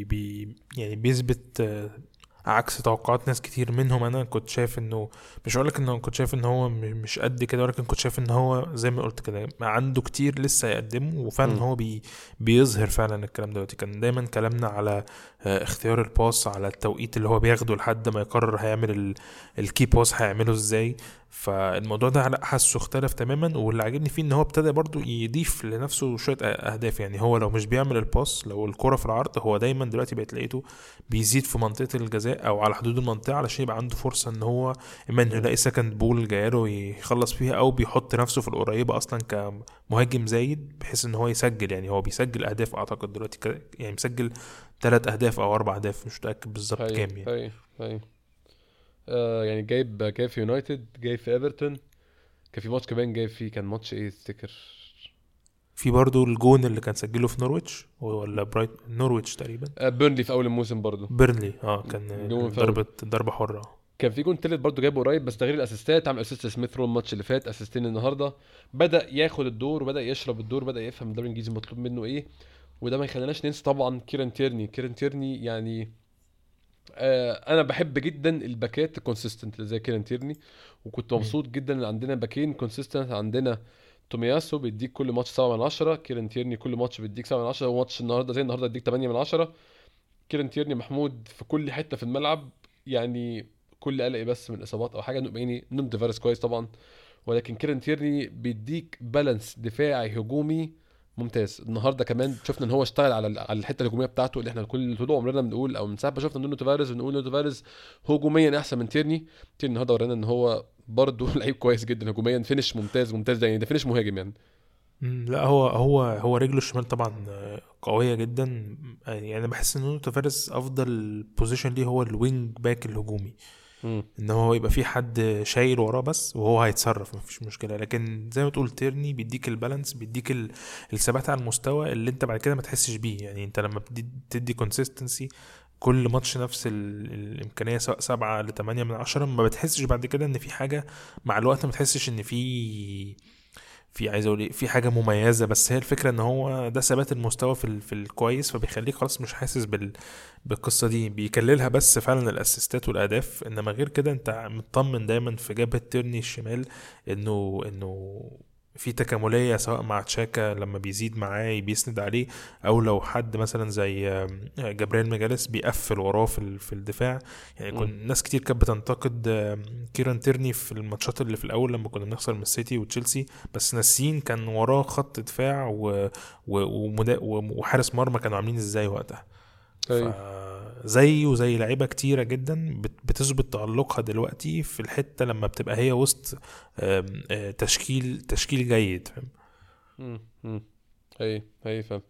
يعني بيثبت عكس توقعات ناس كتير منهم. انا كنت شايف انه، مش هقولك انه كنت شايف ان هو مش قد كده، ولكن كنت شايف ان هو زي ما قلت كده عنده كتير لسه يقدمه، وفعلا امم هو بيظهر فعلا الكلام دلوقتي. كان دايما كلامنا على اختيار الباس على التوقيت اللي هو بياخده لحد ما يقرر هيعمل الكي باس هيعمله ازاي. فالموضوع ده لا حاسه اختلف تماما. واللي عجبني فيه ان هو ابتدى برضو يضيف لنفسه شويه اهداف. يعني هو لو مش بيعمل الباس، لو الكرة في العرض، هو دايما دلوقتي بقيت لقيته بيزيد في منطقه الجزاء او على حدود المنطقه علشان يبقى عنده فرصه ان هو اما انه يلاقي سكند بول جايله يخلص فيها، او بيحط نفسه في القريبه اصلا كمهاجم زايد بحيث ان هو يسجل. يعني هو بيسجل اهداف اعتقد دلوقتي يعني مسجل 3 اهداف او 4 اهداف، مش متاكد بالظبط هاي كام يعني. هاي هاي يعني جايب في يونايتد، جايب في ايفرتون، كان في ماتش كمان جايب فيه، كان ماتش ايه تفتكر؟ في برضو الجون اللي كان سجله في نورويتش ولا برايت، نورويتش تقريبا. بيرنلي في اول الموسم برضو. بيرنلي كان جون في اول. ضربه حره. كان في جون تالت برضو جايبه قريب، بس تغيير الاسيستات، عمل اسيست سميث رو الماتش اللي فات، اسيستين النهارده. بدا ياخد الدور وبدا يشرب الدور، بدا يفهم الدوري الانجليزي مطلوب منه ايه. وده ما يخليناش ننسى طبعا كيران تيرني يعني. انا بحب جدا الباكات الكونسيستنت اللي زي كيران تيرني. وكنت مم. مبسوط جدا ان عندنا باكين كونسيستنت. عندنا تومياسو بيديك كل ماتش 7/10، كيران تيرني كل ماتش بيديك 7/10، وماتش النهارده زي النهارده يديك 8/10. كيران تيرني محمود في كل حته في الملعب يعني. كل قلقي بس من اصابات او حاجه، يعني نون ديفارس كويس طبعا، ولكن كيران تيرني بيديك بالانس دفاعي هجومي ممتاز. النهارده كمان شفنا ان هو اشتغل على الحته الهجوميه بتاعته، اللي احنا كل طول عمرنا بنقول، او من ساعه ما شفنا نونو تافاريز بنقول نونو تافاريز هجوميا احسن من تيرني. تيرني النهارده ورانا ان هو برضه لعيب كويس جدا هجوميا، فينش ممتاز ممتاز، ده يعني ده فينش مهاجم يعني. لا هو رجله الشمال طبعا قويه جدا. يعني انا بحس ان نونو تافاريز افضل بوزيشن ليه هو الوينج باك الهجومي، امم ان هو يبقى في حد شايل وراه بس وهو هيتصرف مفيش مشكله. لكن زي ما تقول تيرني بيديك البالانس، بيديك الثبات على المستوى اللي انت بعد كده ما تحسش بيه. يعني انت لما بتدي كونسيستنسي كل ماتش نفس الامكانيه، سواء 7 ل8/10، ما بتحسش بعد كده ان في حاجه. مع الوقت ما بتحسش ان في عايز اقول ايه، في حاجه مميزه. بس هي الفكره ان هو ده ثبات المستوى في الكويس، فبيخليك خلاص مش حاسس بالقصه دي. بيكللها بس فعلا الاسيستات والاهداف، انما غير كده انت مطمن دايما في جبهه تيرني الشمال انه في تكامليه، سواء مع تشاكا لما بيزيد معاه بيسند عليه، او لو حد مثلا زي جابريل ميجاليس بيقفل وراه في الدفاع. يعني ناس كتير كانت بتنتقد كيران تيرني في الماتشات اللي في الاول لما كنا بنخسر من السيتي وتشيلسي، بس ناسيين كان وراه خط دفاع وحارس مرمى كانوا عاملين ازاي وقتها. ايوه. فزيه وزي لعيبه كتيره جدا بتثبت تألقها دلوقتي في الحته لما بتبقى هي وسط تشكيل جيد، فاهم؟ امم هي فاهم.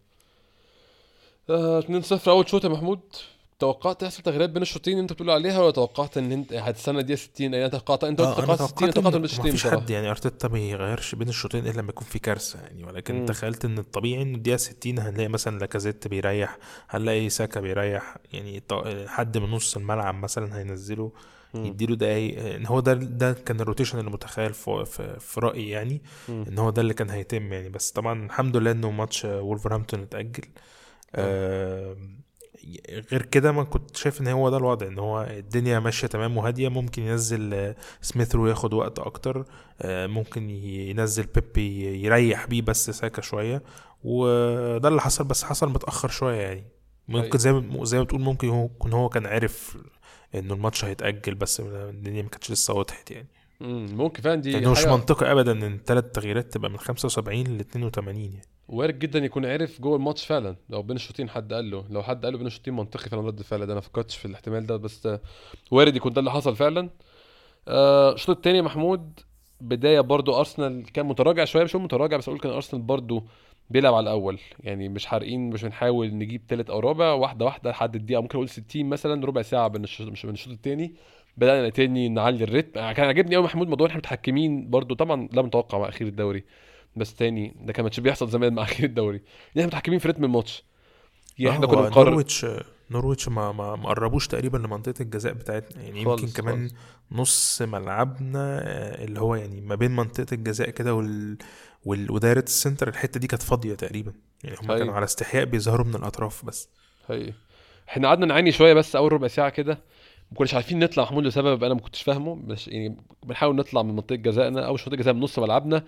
2-0 اول شوط يا محمود. توقعت يحصل تغييرات بين الشوطين انت بتقول عليها، ولا توقعت ان انت هتستنى دي 60؟ انا توقعت، انت قلت انا توقعت 60، انا توقعت توقعت ان بين ما الشوطين فيش بصراحه. حد، يعني ارتيتا ما يغيرش بين الشوطين الا لما يكون في كارثه يعني. ولكن امم تخيلت ان الطبيعي ان الدقيقه 60 هنلاقي مثلا لاكازيت بيريح، هنلاقي ساكا بيريح، يعني حد من نص الملعب مثلا هينزله امم يديله دقايق. ان هو ده كان الروتيشن اللي متخيل في رايي يعني، امم ان هو ده اللي كان هيتم يعني. بس طبعا الحمد لله انه ماتش وولفرهامبتون اتاجل. اه آه، غير كده ما كنت شايف ان هو ده الوضع، ان هو الدنيا ماشيه تمام وهاديه. ممكن ينزل سميث رو ياخد وقت اكتر، ممكن ينزل بيبي يريح بيه بس ساكا شويه. وده اللي حصل، بس حصل متاخر شويه يعني. هي ممكن زي ما تقول ممكن يكون هو كان عارف انه الماتش هيتاجل، بس الدنيا ما كانتش لسه وضحت يعني. ممكن فعلا دي لانه مش حاجه. منطقي ابدا ان الثلاث تغييرات تبقى من 75 ل 82 يعني. وارد جدا يكون عارف جوه الماتش فعلا، لو بين الشوطين حد قال له، لو حد قال له بين الشوطين منطقي فعلا رد الفعل ده، انا فكرتش في الاحتمال ده، بس وارد يكون ده اللي حصل فعلا. الشوط التاني يا محمود، بدايه برضو ارسنال كان متراجع شويه، مش هو متراجع بس اقول كان ارسنال برضو بيلعب على الاول يعني، مش حارقين، مش بنحاول نجيب تالت او رابع، واحده واحده لحد الدقيقه ممكن اقول 60 مثلا، ربع ساعه بين الشوط، مش بين الشوط التاني بدانا تاني نعلي الريتم. كان عاجبني قوي محمود موضوع احنا متحكمين برضو، طبعا لا متوقع مع اخير الدوري، بس تاني ده كان مش بيحصل زمان مع اخير الدوري، ان احنا متحكمين في رتم الماتش. يعني احنا كنا هو بنقرر نورويتش ما قربوش تقريبا لمنطقة الجزاء بتاعتنا يعني. يمكن خالص كمان خالص. نص ملعبنا اللي هو يعني ما بين منطقة الجزاء كده ودايرة السنتر، الحتة دي كانت فاضية تقريبا. يعني هما هاي كانوا على استحياء بيظهروا من الأطراف بس. هاي احنا قعدنا نعاني شويه بس اول ربع ساعه كده، ما كناش عارفين نطلع محمود لسبب انا ما كنتش فاهمه، بس يعني بنحاول نطلع من منطقه جزائنا او شوط جزاء من نص ملعبنا.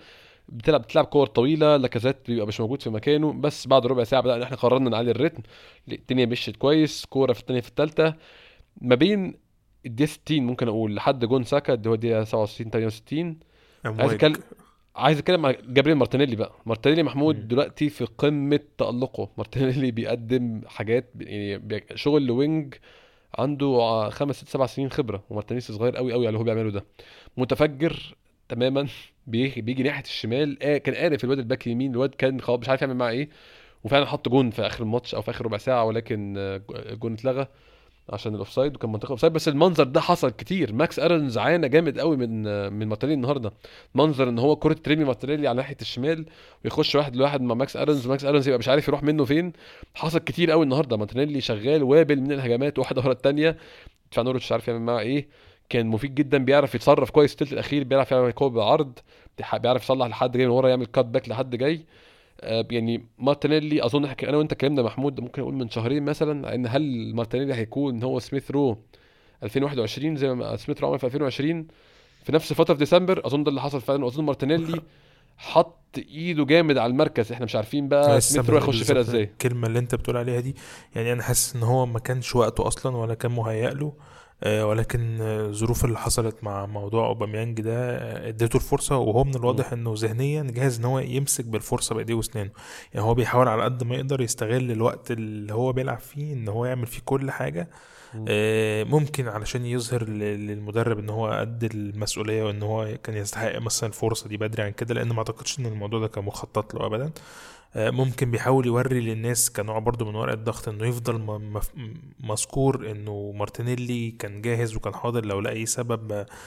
بتلعب كور طويله، لاكازيت بيبقى مش موجود في مكانه، بس بعد ربع ساعه بدأنا احنا قررنا نعلي الريتم، الدنيا مشيت كويس، كوره في الثانيه في الثالثه ما بين الدقيقه 60 ممكن اقول لحد جون ساكا اللي هو الدقيقه 67 68. عايز امواج. اتكلم عايز اتكلم عن جابريل مارتينيلي بقى. مارتينيلي محمود مم. دلوقتي في قمه تألقه. مارتينيلي بيقدم حاجات يعني شغل لوينج، عنده 5 6 7 سنين خبره، ومارتينيلي صغير قوي قوي على اللي هو بيعمله ده، متفجر تماما. بيجي ناحيه الشمال، كان قارف الواد الباك يمين، الواد كان خلاص مش عارف يعمل معاه ايه، وفعلا حط جون في اخر الماتش او في اخر ربع ساعه، ولكن جون اتلغى عشان الاوفسايد، وكان منطقه اوفسايد. بس المنظر ده حصل كتير. ماكس ارنز عانى جامد قوي من مارتينيلي النهارده. منظر ان هو كره تريمي مارتينيلي على ناحيه الشمال ويخش واحد لواحد مع ماكس ارنز، وماكس ارنز يبقى مش عارف يروح منه فين. حصل كتير قوي النهارده. مارتينيلي شغال وابل من الهجمات واحده ورا الثانيه، دفاع نورتش مش عارف يعمل معاه ايه. كان مفيد جدا، بيعرف يتصرف كويس الثلث الاخير، بيعرف يعمل كوره بالعرض، بيعرف يصلح لحد جاي من ورا، يعمل كات باك لحد جاي. يعني مارتينيلي اظن انا وانت اتكلمنا محمود ممكن نقول من شهرين مثلا ان هل مارتينيلي هيكون هو سميث رو 2021 زي ما سميث رو عمل في 2020 في نفس الفتره في ديسمبر. اظن ده اللي حصل فعلا، واظن مارتينيلي حط ايده جامد على المركز. احنا مش عارفين بقى لسه سميث رو يخش فرقه بالظبط ازاي. الكلمة اللي انت بتقول عليها دي. يعني انا حاسس ان هو ما كانش وقته اصلا ولا كان مهيأ له. ولكن الظروف اللي حصلت مع موضوع اوباميانج ده اديته الفرصة، وهو من مم. الواضح انه ذهنيا جاهز ان هو يمسك بالفرصة بايديه واسنانه. يعني هو بيحاول على قد ما يقدر يستغل الوقت اللي هو بيلعب فيه ان هو يعمل فيه كل حاجة. مم. ممكن علشان يظهر للمدرب ان هو قد المسؤولية، وان هو كان يستحق مثلا الفرصة دي بدري عن كده، لان ما اعتقدش ان الموضوع ده كان مخطط له ابدا. ممكن بيحاول يوري للناس كنوع برضو من ورق الضغط انه يفضل مذكور انه مارتينيلي كان جاهز وكان حاضر لو لأي سبب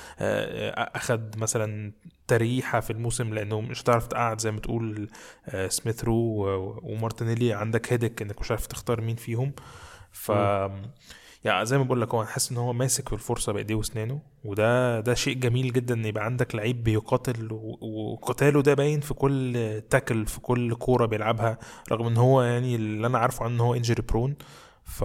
اخد مثلا تريحة في الموسم، لانه مش هتعرف تقعد زي ما تقول سميث رو ومارتينيلي، عندك هيدك انك مش عارف تختار مين فيهم. ف مم. يعني زي ما بقول لك، هو حاسس ان هو ماسك في الفرصه بايديه واسنانه، وده شيء جميل جدا ان يبقى عندك لعيب بيقاتل، وقتاله ده باين في كل تاكل في كل كوره بيلعبها، رغم ان هو يعني اللي انا عارفه عنه ان هو انجري برون. ف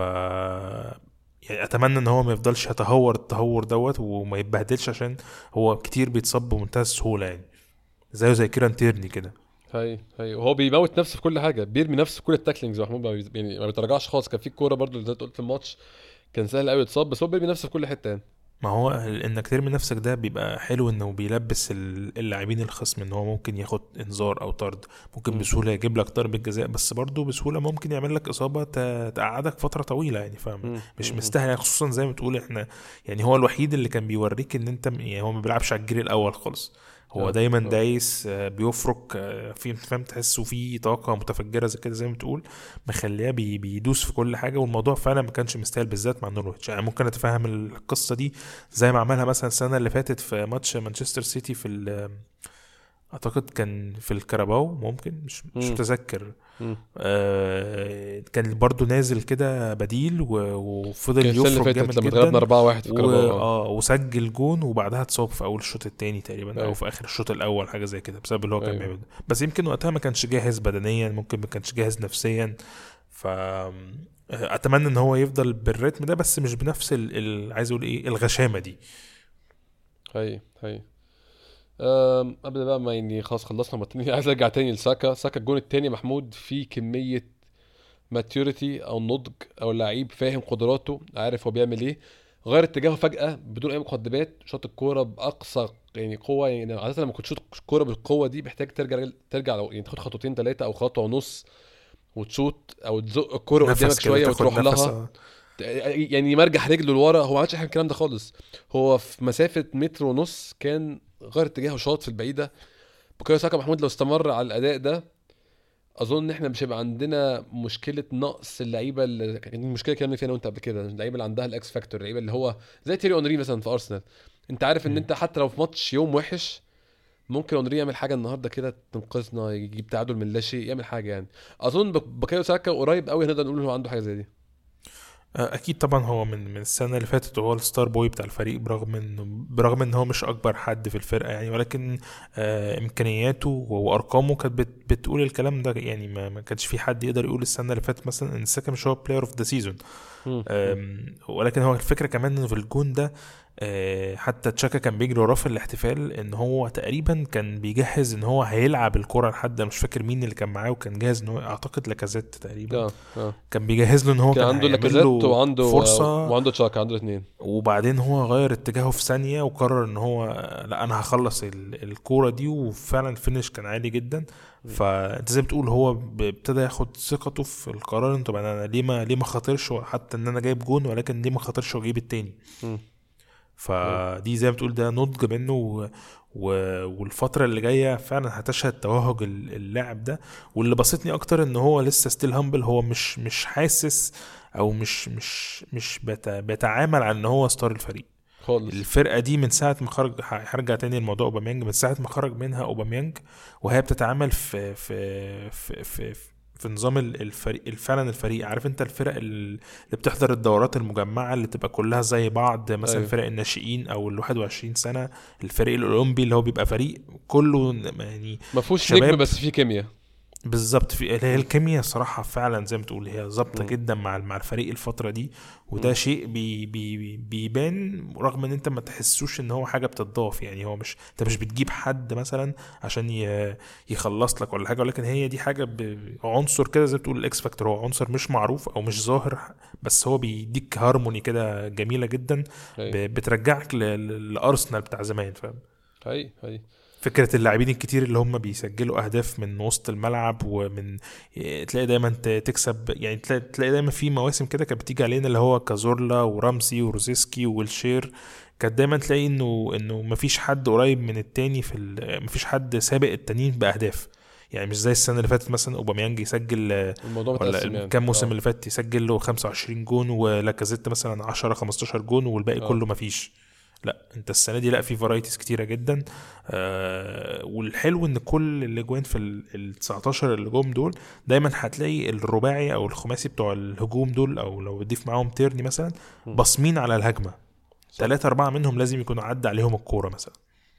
يعني اتمنى ان هو ما يفضلش يتهور التهور دوت وما يتبهدلش، عشان هو كتير بيتصاب بمنتهى السهوله يعني، زي كيران تيرني كده. هي وهو بيموت نفسه في كل حاجه، بيرمي نفسه في كل التاكلينجز محمود، يعني ما بيتراجعش خالص. كان في كوره برضو اللي زي ما قلت في الماتش كان سهل قوي يتصاب، بس هو بيرمي نفسه في كل حته يعني. ما هو انك ترمي نفسك ده بيبقى حلو، انه بيلبس اللاعبين الخصم ان هو ممكن ياخد انذار او طرد، ممكن مم. بسهوله يجيب لك ضربه جزاء، بس برضه بسهوله ممكن يعمل لك اصابه تقعدك فتره طويله يعني. مم. مش مم. مستاهل يعني، خصوصا زي ما تقول احنا. يعني هو الوحيد اللي كان بيوريك ان انت يعني هو ما بيلعبش على الجيل الاول خالص، هو اه دايما اه دايس بيفرك في فاهم، تحسه في طاقه متفجره زي كده زي ما تقول، مخليه بيدوس في كل حاجه. والموضوع فعلا ما كانش مستاهل بالذات مع نورويتش. يعني ممكن اتفهم القصه دي زي ما عملها مثلا السنه اللي فاتت في ماتش مانشستر سيتي في اعتقد كان في الكاراباو، ممكن مش مم. متذكر. مم. كان برضو نازل كده بديل كان وفضل السنه اللي يفرق فاتت جامد لما اتغلبنا جدا. 4-1 في كاراباو. اه وسجل جون، وبعدها اتصاب في اول الشوط الثاني تقريبا او ايوه في اخر الشوط الاول، حاجه زي كده، بسبب اللي هو كان ايوه بيعمله. بس يمكن وقتها ما كانش جاهز بدنيا، ممكن ما كانش جاهز نفسيا. ف اتمنى ان هو يفضل بالريتم ده، بس مش بنفس عايز اقول ايه الغشامه دي. هي قبل بقى ما يعني خلاص خلصنا ماتشين، عايز ارجع تاني لساكا. ساكا الجون التاني محمود فيه كميه ماتيوريتي او نضج، او لعيب فاهم قدراته، عارف هو بيعمل ايه. غير اتجاهه فجأة بدون اي مقدمات، شاط الكوره باقصى يعني قوه. يعني عاده لما كنت تشوط الكوره بالقوه دي محتاج ترجع يعني تاخد خطوتين ثلاثه او خطوه ونص وتشوط او تزق الكوره نفس قدامك كده، شويه تاخد وتروح نفس لها، يعني يمرجح رجله لورا. هو ما عملش حاجه من الكلام ده خالص. هو في مسافه متر ونص كان غير اتجاهه شاط في البعيده. بوكايو ساكا محمود لو استمر على الاداء ده اظن ان احنا مش هيبقى عندنا مشكله نقص اللعيبه اللي كانت المشكله كلامنا فيها انا وانت قبل كده، اللعيبه اللي عندها الاكس فاكتور، اللعيبه اللي هو زي تيري اونري مثلا في ارسنال. انت عارف ان مم. انت حتى لو في ماتش يوم وحش ممكن اونري يعمل حاجه النهارده كده تنقذنا، يجيب تعادل من لا شيء، يعمل حاجه يعني. اظن بوكايو ساكا قريب قوي نقدر نقول ان هو عنده حاجه زي دي. اكيد طبعا، هو من السنه اللي فاتت وهو الستار بوي بتاع الفريق، برغم ان هو مش اكبر حد في الفرقه يعني، ولكن امكانياته وارقامه كانت بتقول الكلام ده يعني. ما كانش في حد يقدر يقول السنه اللي فاتت مثلا ان ساكا مش هو بلاير اوف ذا سيزون. مم. مم. ولكن هو الفكره كمان انه في الجون ده حتى تشاكا كان بيجري وراه في الاحتفال ان هو تقريبا كان بيجهز ان هو هيلعب الكرة لحد، مش فاكر مين اللي كان معاه، وكان جاهز ان هو اعتقد لاكازيت تقريبا، اه اه كان بيجهز له ان هو كان كان عنده هيعمل لاكازيت له وعنده فرصة. وعنده تشاكا، عنده الاثنين. وبعدين هو غير اتجاهه في ثانية وقرر ان هو لا انا هخلص الكورة دي، وفعلا الفينش كان عالي جدا. فانت زي بتقول هو ابتدى ياخد ثقته في القرار، انت بقى انا ليه ما خاطرش حتى ان انا جايب جون، ولكن ليه ما خاطرش واجيب التاني. ايوه فدي زي ما بتقول ده نضج منه والفترة اللي جاية فعلا هتشهد توهج اللاعب ده. واللي بسطني اكتر ان هو لسه ستيل هامبل، هو مش حاسس او مش بيتعامل على ان هو ستار الفريق. خالص. الفرقة دي من ساعة ما خرج، هرجع تاني لموضوع اوباميانج، من ساعة ما خرج منها اوباميانج وهي بتتعامل في نظام الفريق، فعلا الفريق، عارف انت الفرق اللي بتحضر الدورات المجمعة اللي تبقى كلها زي بعض، مثلا ايوه فرق الناشئين او ال21 سنة، الفريق الاولمبي اللي هو بيبقى فريق كله يعني ما فيهوش نجم شباب. بس فيه كيمياء. بالظبط، في اللي هي مم. الكيمياء صراحة فعلا زي ما تقول هي ظابطة مم. جدا مع الفريق الفترة دي. وده مم. شيء بيبان رغم ان انت ما تحسوش ان هو حاجة بتضاف، يعني هو مش، انت مش بتجيب حد مثلا عشان يخلص لك ولا حاجة، ولكن هي دي حاجة عنصر كده زي ما تقول الاكس فاكتور، هو عنصر مش معروف او مش ظاهر، بس هو بيديك هارموني كده جميلة جدا، ايوه بترجعك لارسنال بتاع زمان، فاهم؟ هي فكرة اللاعبين الكتير اللي هم بيسجلوا أهداف من وسط الملعب ومن، تلاقي دايما تكسب، يعني تلاقي دايما في مواسم كده كانت بتيجي علينا اللي هو كازورلا ورامسي وروزيسكي والشير، كانت دايما تلاقي انه مفيش حد قريب من التاني مفيش حد سابق التانيين بأهداف. يعني مش زي السنة اللي فاتت مثلا اوباميانج يسجل، الموضوع متقسم ولا يعني. كام موسم اه اللي فات يسجل له 25 جون، ولاكازيت مثلا 10 15 جون، والباقي اه كله مفيش. لا انت السنه دي لا، في فرايتيز كتيره جدا. والحلو ان كل الاجوان في ال 19 اللي جم دول دايما هتلاقي الرباعي او الخماسي بتوع الهجوم دول، او لو تضيف معاهم تيرني مثلا، مم. باصمين على الهجمه، صح. 3 4 منهم لازم يكونوا عدى عليهم الكوره مثلا.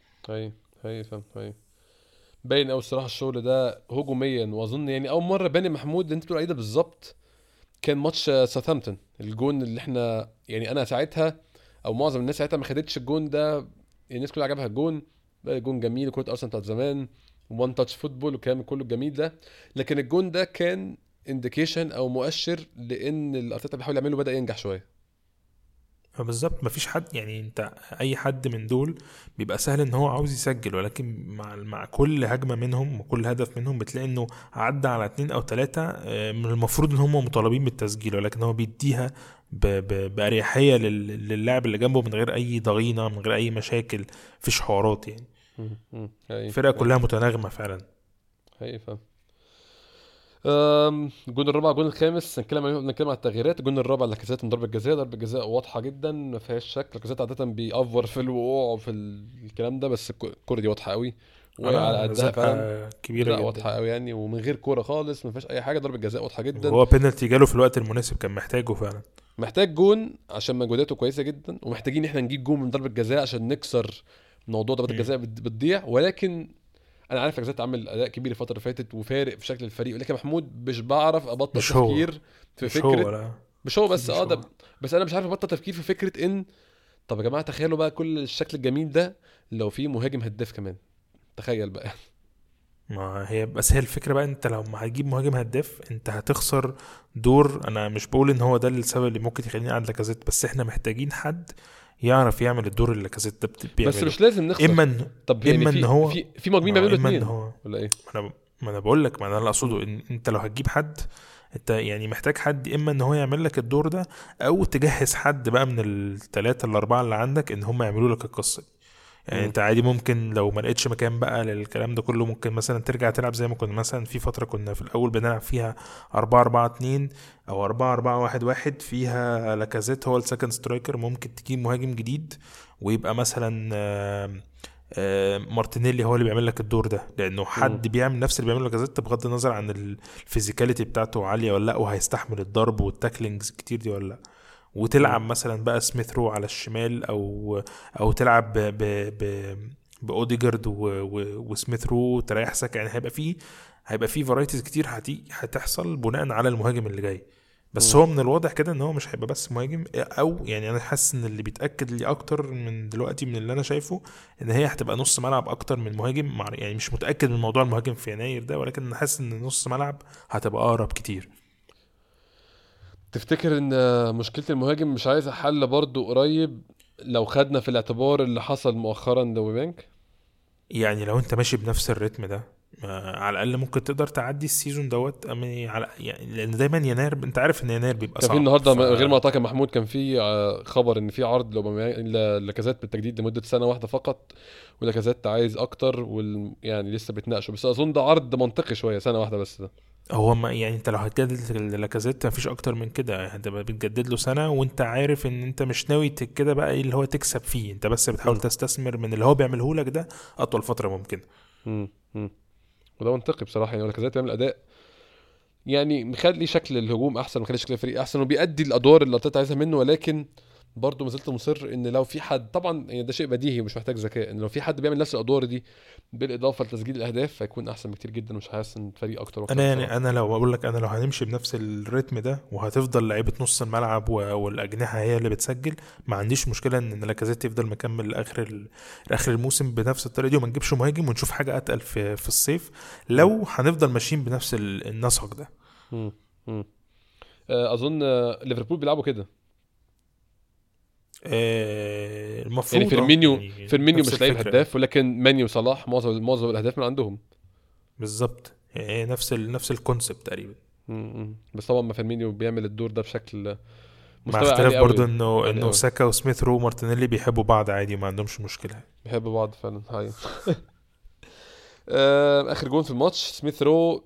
هي فاهم هي. باين قوي الصراحه الشغل ده هجوميا، واظن يعني اول مره باني محمود اللي انت بتقول عليه ده بالظبط كان ماتش ساوثهامبتون، الجون اللي احنا يعني انا ساعتها او معظم الناس ساعتها ما خدتش الجون ده، يعني الناس كلها عجبها الجون، بقى الجون جميل كرة ارسنال بتاعت زمان وان تاتش فوتبول والكلام كله الجميل ده، لكن الجون ده كان انديكيشن او مؤشر لان الارتيتا بيحاول يعمله بدا ينجح شويه. فبالظبط مفيش حد، يعني انت اي حد من دول بيبقى سهل ان هو عاوز يسجل، ولكن مع كل هجمة منهم وكل هدف منهم بتلاقي انه عدى على 2 او 3 من المفروض ان هم مطالبين بالتسجيل، ولكن هو بيديها بأريحية للاعب اللي جنبه من غير اي ضغينة، من غير اي مشاكل، مفيش حوارات يعني. هي الفرقة هي كلها متناغمة فعلا. هي فاهم. الجون الرابع الجون الخامس نتكلم عن التغييرات. الجون الرابع لاكازيت من ضربة جزاء، ضربة جزاء واضحة جدا ما فيهاش شك، لاكازيت عادة بيأفور في الوقوع وفي الكلام ده، بس الكورة دي واضحة قوي وهي على لا قدها فعلا. زقة كبيرة زقة جدا واضحة يعني. قوي يعني، ومن غير كورة خالص ما فيهاش أي حاجة، ضربة جزاء واضحة جدا. وهو بينالتي جاله في الوقت المناسب، كان محتاجه فعلا. محتاج جون عشان مجهوداته كويسة جدا، ومحتاجين احنا نجيب جون من ضربة جزاء عشان نكسر موضوع ضربة مم. الجزاء بتضيع. ولكن انا عارف لاكازيت عامل اداء كبير الفتره اللي فاتت وفارق في شكل الفريق، ولكن محمود مش بعرف ابطل مش هو تفكير في مش فكره. هو لا، مش هو اكيد بس مش ده، هو. بس انا مش عارف ابطل تفكير في فكره ان، طب يا جماعه تخيلوا بقى كل الشكل الجميل ده لو في مهاجم هداف كمان، تخيل بقى. ما هي بس هي الفكرة بقى، انت لو ما هتجيب مهاجم هداف انت هتخسر دور. انا مش بقول ان هو ده السبب اللي ممكن يخليني قاعد لاكازيت، بس احنا محتاجين حد يعرف يعمل الدور اللي لاكازيت ده بس بيعمله. مش لازم اما نخسر. ان طب يعني اما ان في هو في مهاجمين ما هو بيعملوا اما ان اتنين هو ولا ايه؟ ما انا بقول لك، ما انا اللي مم. اقصده ان انت لو هتجيب حد، انت يعني محتاج حد اما ان هو يعمل لك الدور ده، او تجهز حد بقى من ال3 ال4 اللي عندك ان هم يعملوا لك القصة دي. يعني مم. انت عادي ممكن لو ما لقيتش مكان بقى للكلام ده كله، ممكن مثلا ترجع تلعب زي ما كنا مثلا في فترة كنا في الأول بنلعب فيها 4-4-2 أو 4-4-1-1، فيها لاكازيت هو السكند سترايكر، ممكن تجيب مهاجم جديد ويبقى مثلا مارتينيلي هو اللي بيعمل لك الدور ده، لأنه مم. حد بيعمل نفس اللي بيعمله لاكازيت بغض النظر عن الفيزيكاليتي بتاعته عالية ولا لا، وهيستحمل الضرب والتاكلينجز كتير دي ولا لا. مم. وتلعب مثلا بقى سميث رو على الشمال، او تلعب باوديجارد وسميث رو تريح ساكا، يعني هيبقى فيه فرايتيز كتير هتحصل بناء على المهاجم اللي جاي. بس هو من الواضح كده ان هو مش هيبقى بس مهاجم، او يعني انا حاسس ان اللي بيتاكد لي اكتر من دلوقتي من اللي انا شايفه ان هي هتبقى نص ملعب اكتر من مهاجم، يعني مش متاكد من موضوع المهاجم في يناير ده، ولكن انا حاسس ان نص ملعب هتبقى اقرب كتير. تفتكر ان مشكلة المهاجم مش عايزة حل برضو قريب لو خدنا في الاعتبار اللي حصل مؤخرا لويبانك؟ يعني لو انت ماشي بنفس الريتم ده، على الاقل ممكن تقدر تعدي السيزون دوت، على يعني لان دايما يناير انت عارف ان يناير بيبقى كان في صعب النهارده غير ما قطعك يا محمود، كان في خبر ان في عرض لاكازيت بالتجديد لمدة سنة واحدة فقط، ولاكازيت عايز اكتر يعني لسه بيتناقشوا، بس اظن ده عرض منطقي شوية، سنة واحدة بس ده. هو ما يعني انت لو هتجدد لاكازيت مفيش اكتر من كده، هتبقى بتجدد له سنه وانت عارف ان انت مش ناوي كده بقى ايه اللي هو تكسب فيه، انت بس بتحاول مم. تستثمر من اللي هو بيعمله لك ده اطول فتره ممكنه. مم. وده منطقي بصراحة، يعني لاكازيت بيعمل اداء يعني مخلي شكل الهجوم احسن، مخلي شكل الفريق احسن، وبيأدي الادوار اللي ارتيتا عايزها منه، ولكن برضه ما زلت مصر ان لو في حد، طبعا يعني ده شيء بديهي ومش محتاج ذكاء، ان لو في حد بيعمل نفس الادوار دي بالاضافه لتسجيل الاهداف هيكون احسن بكتير جدا، ومش هيحسن الفريق اكتر واكتر انا يعني بصراحه. انا لو بقول لك، انا لو هنمشي بنفس الريتم ده وهتفضل لعيبه نص الملعب والاجنحه هي اللي بتسجل، ما عنديش مشكله ان لاكازيت يفضل مكمل لاخر لاخر الموسم بنفس الطريقه دي، وما نجيبش مهاجم ونشوف حاجه اتقل في الصيف مم. لو هنفضل ماشيين بنفس النسق ده. مم. مم. اظن ليفربول بيلعبوا كده. يعني المفروض فيرمينيو يعني فيرمينيو نفس مش لعيب الفكره. هداف، ولكن ماني وصلاح معظم الاهداف من عندهم. بالظبط، يعني نفس الكونسبت تقريبا. بس طبعا ما فيرمينيو بيعمل الدور ده بشكل مع مستوى اختلاف عالي برضو قوي. انه عالي انه قوي. ساكا وسميث رو ومارتينيلي بيحبوا بعض عادي وما عندهمش مشكله. بيحبوا بعض فعلا، هاي. اخر جون في الماتش سميث رو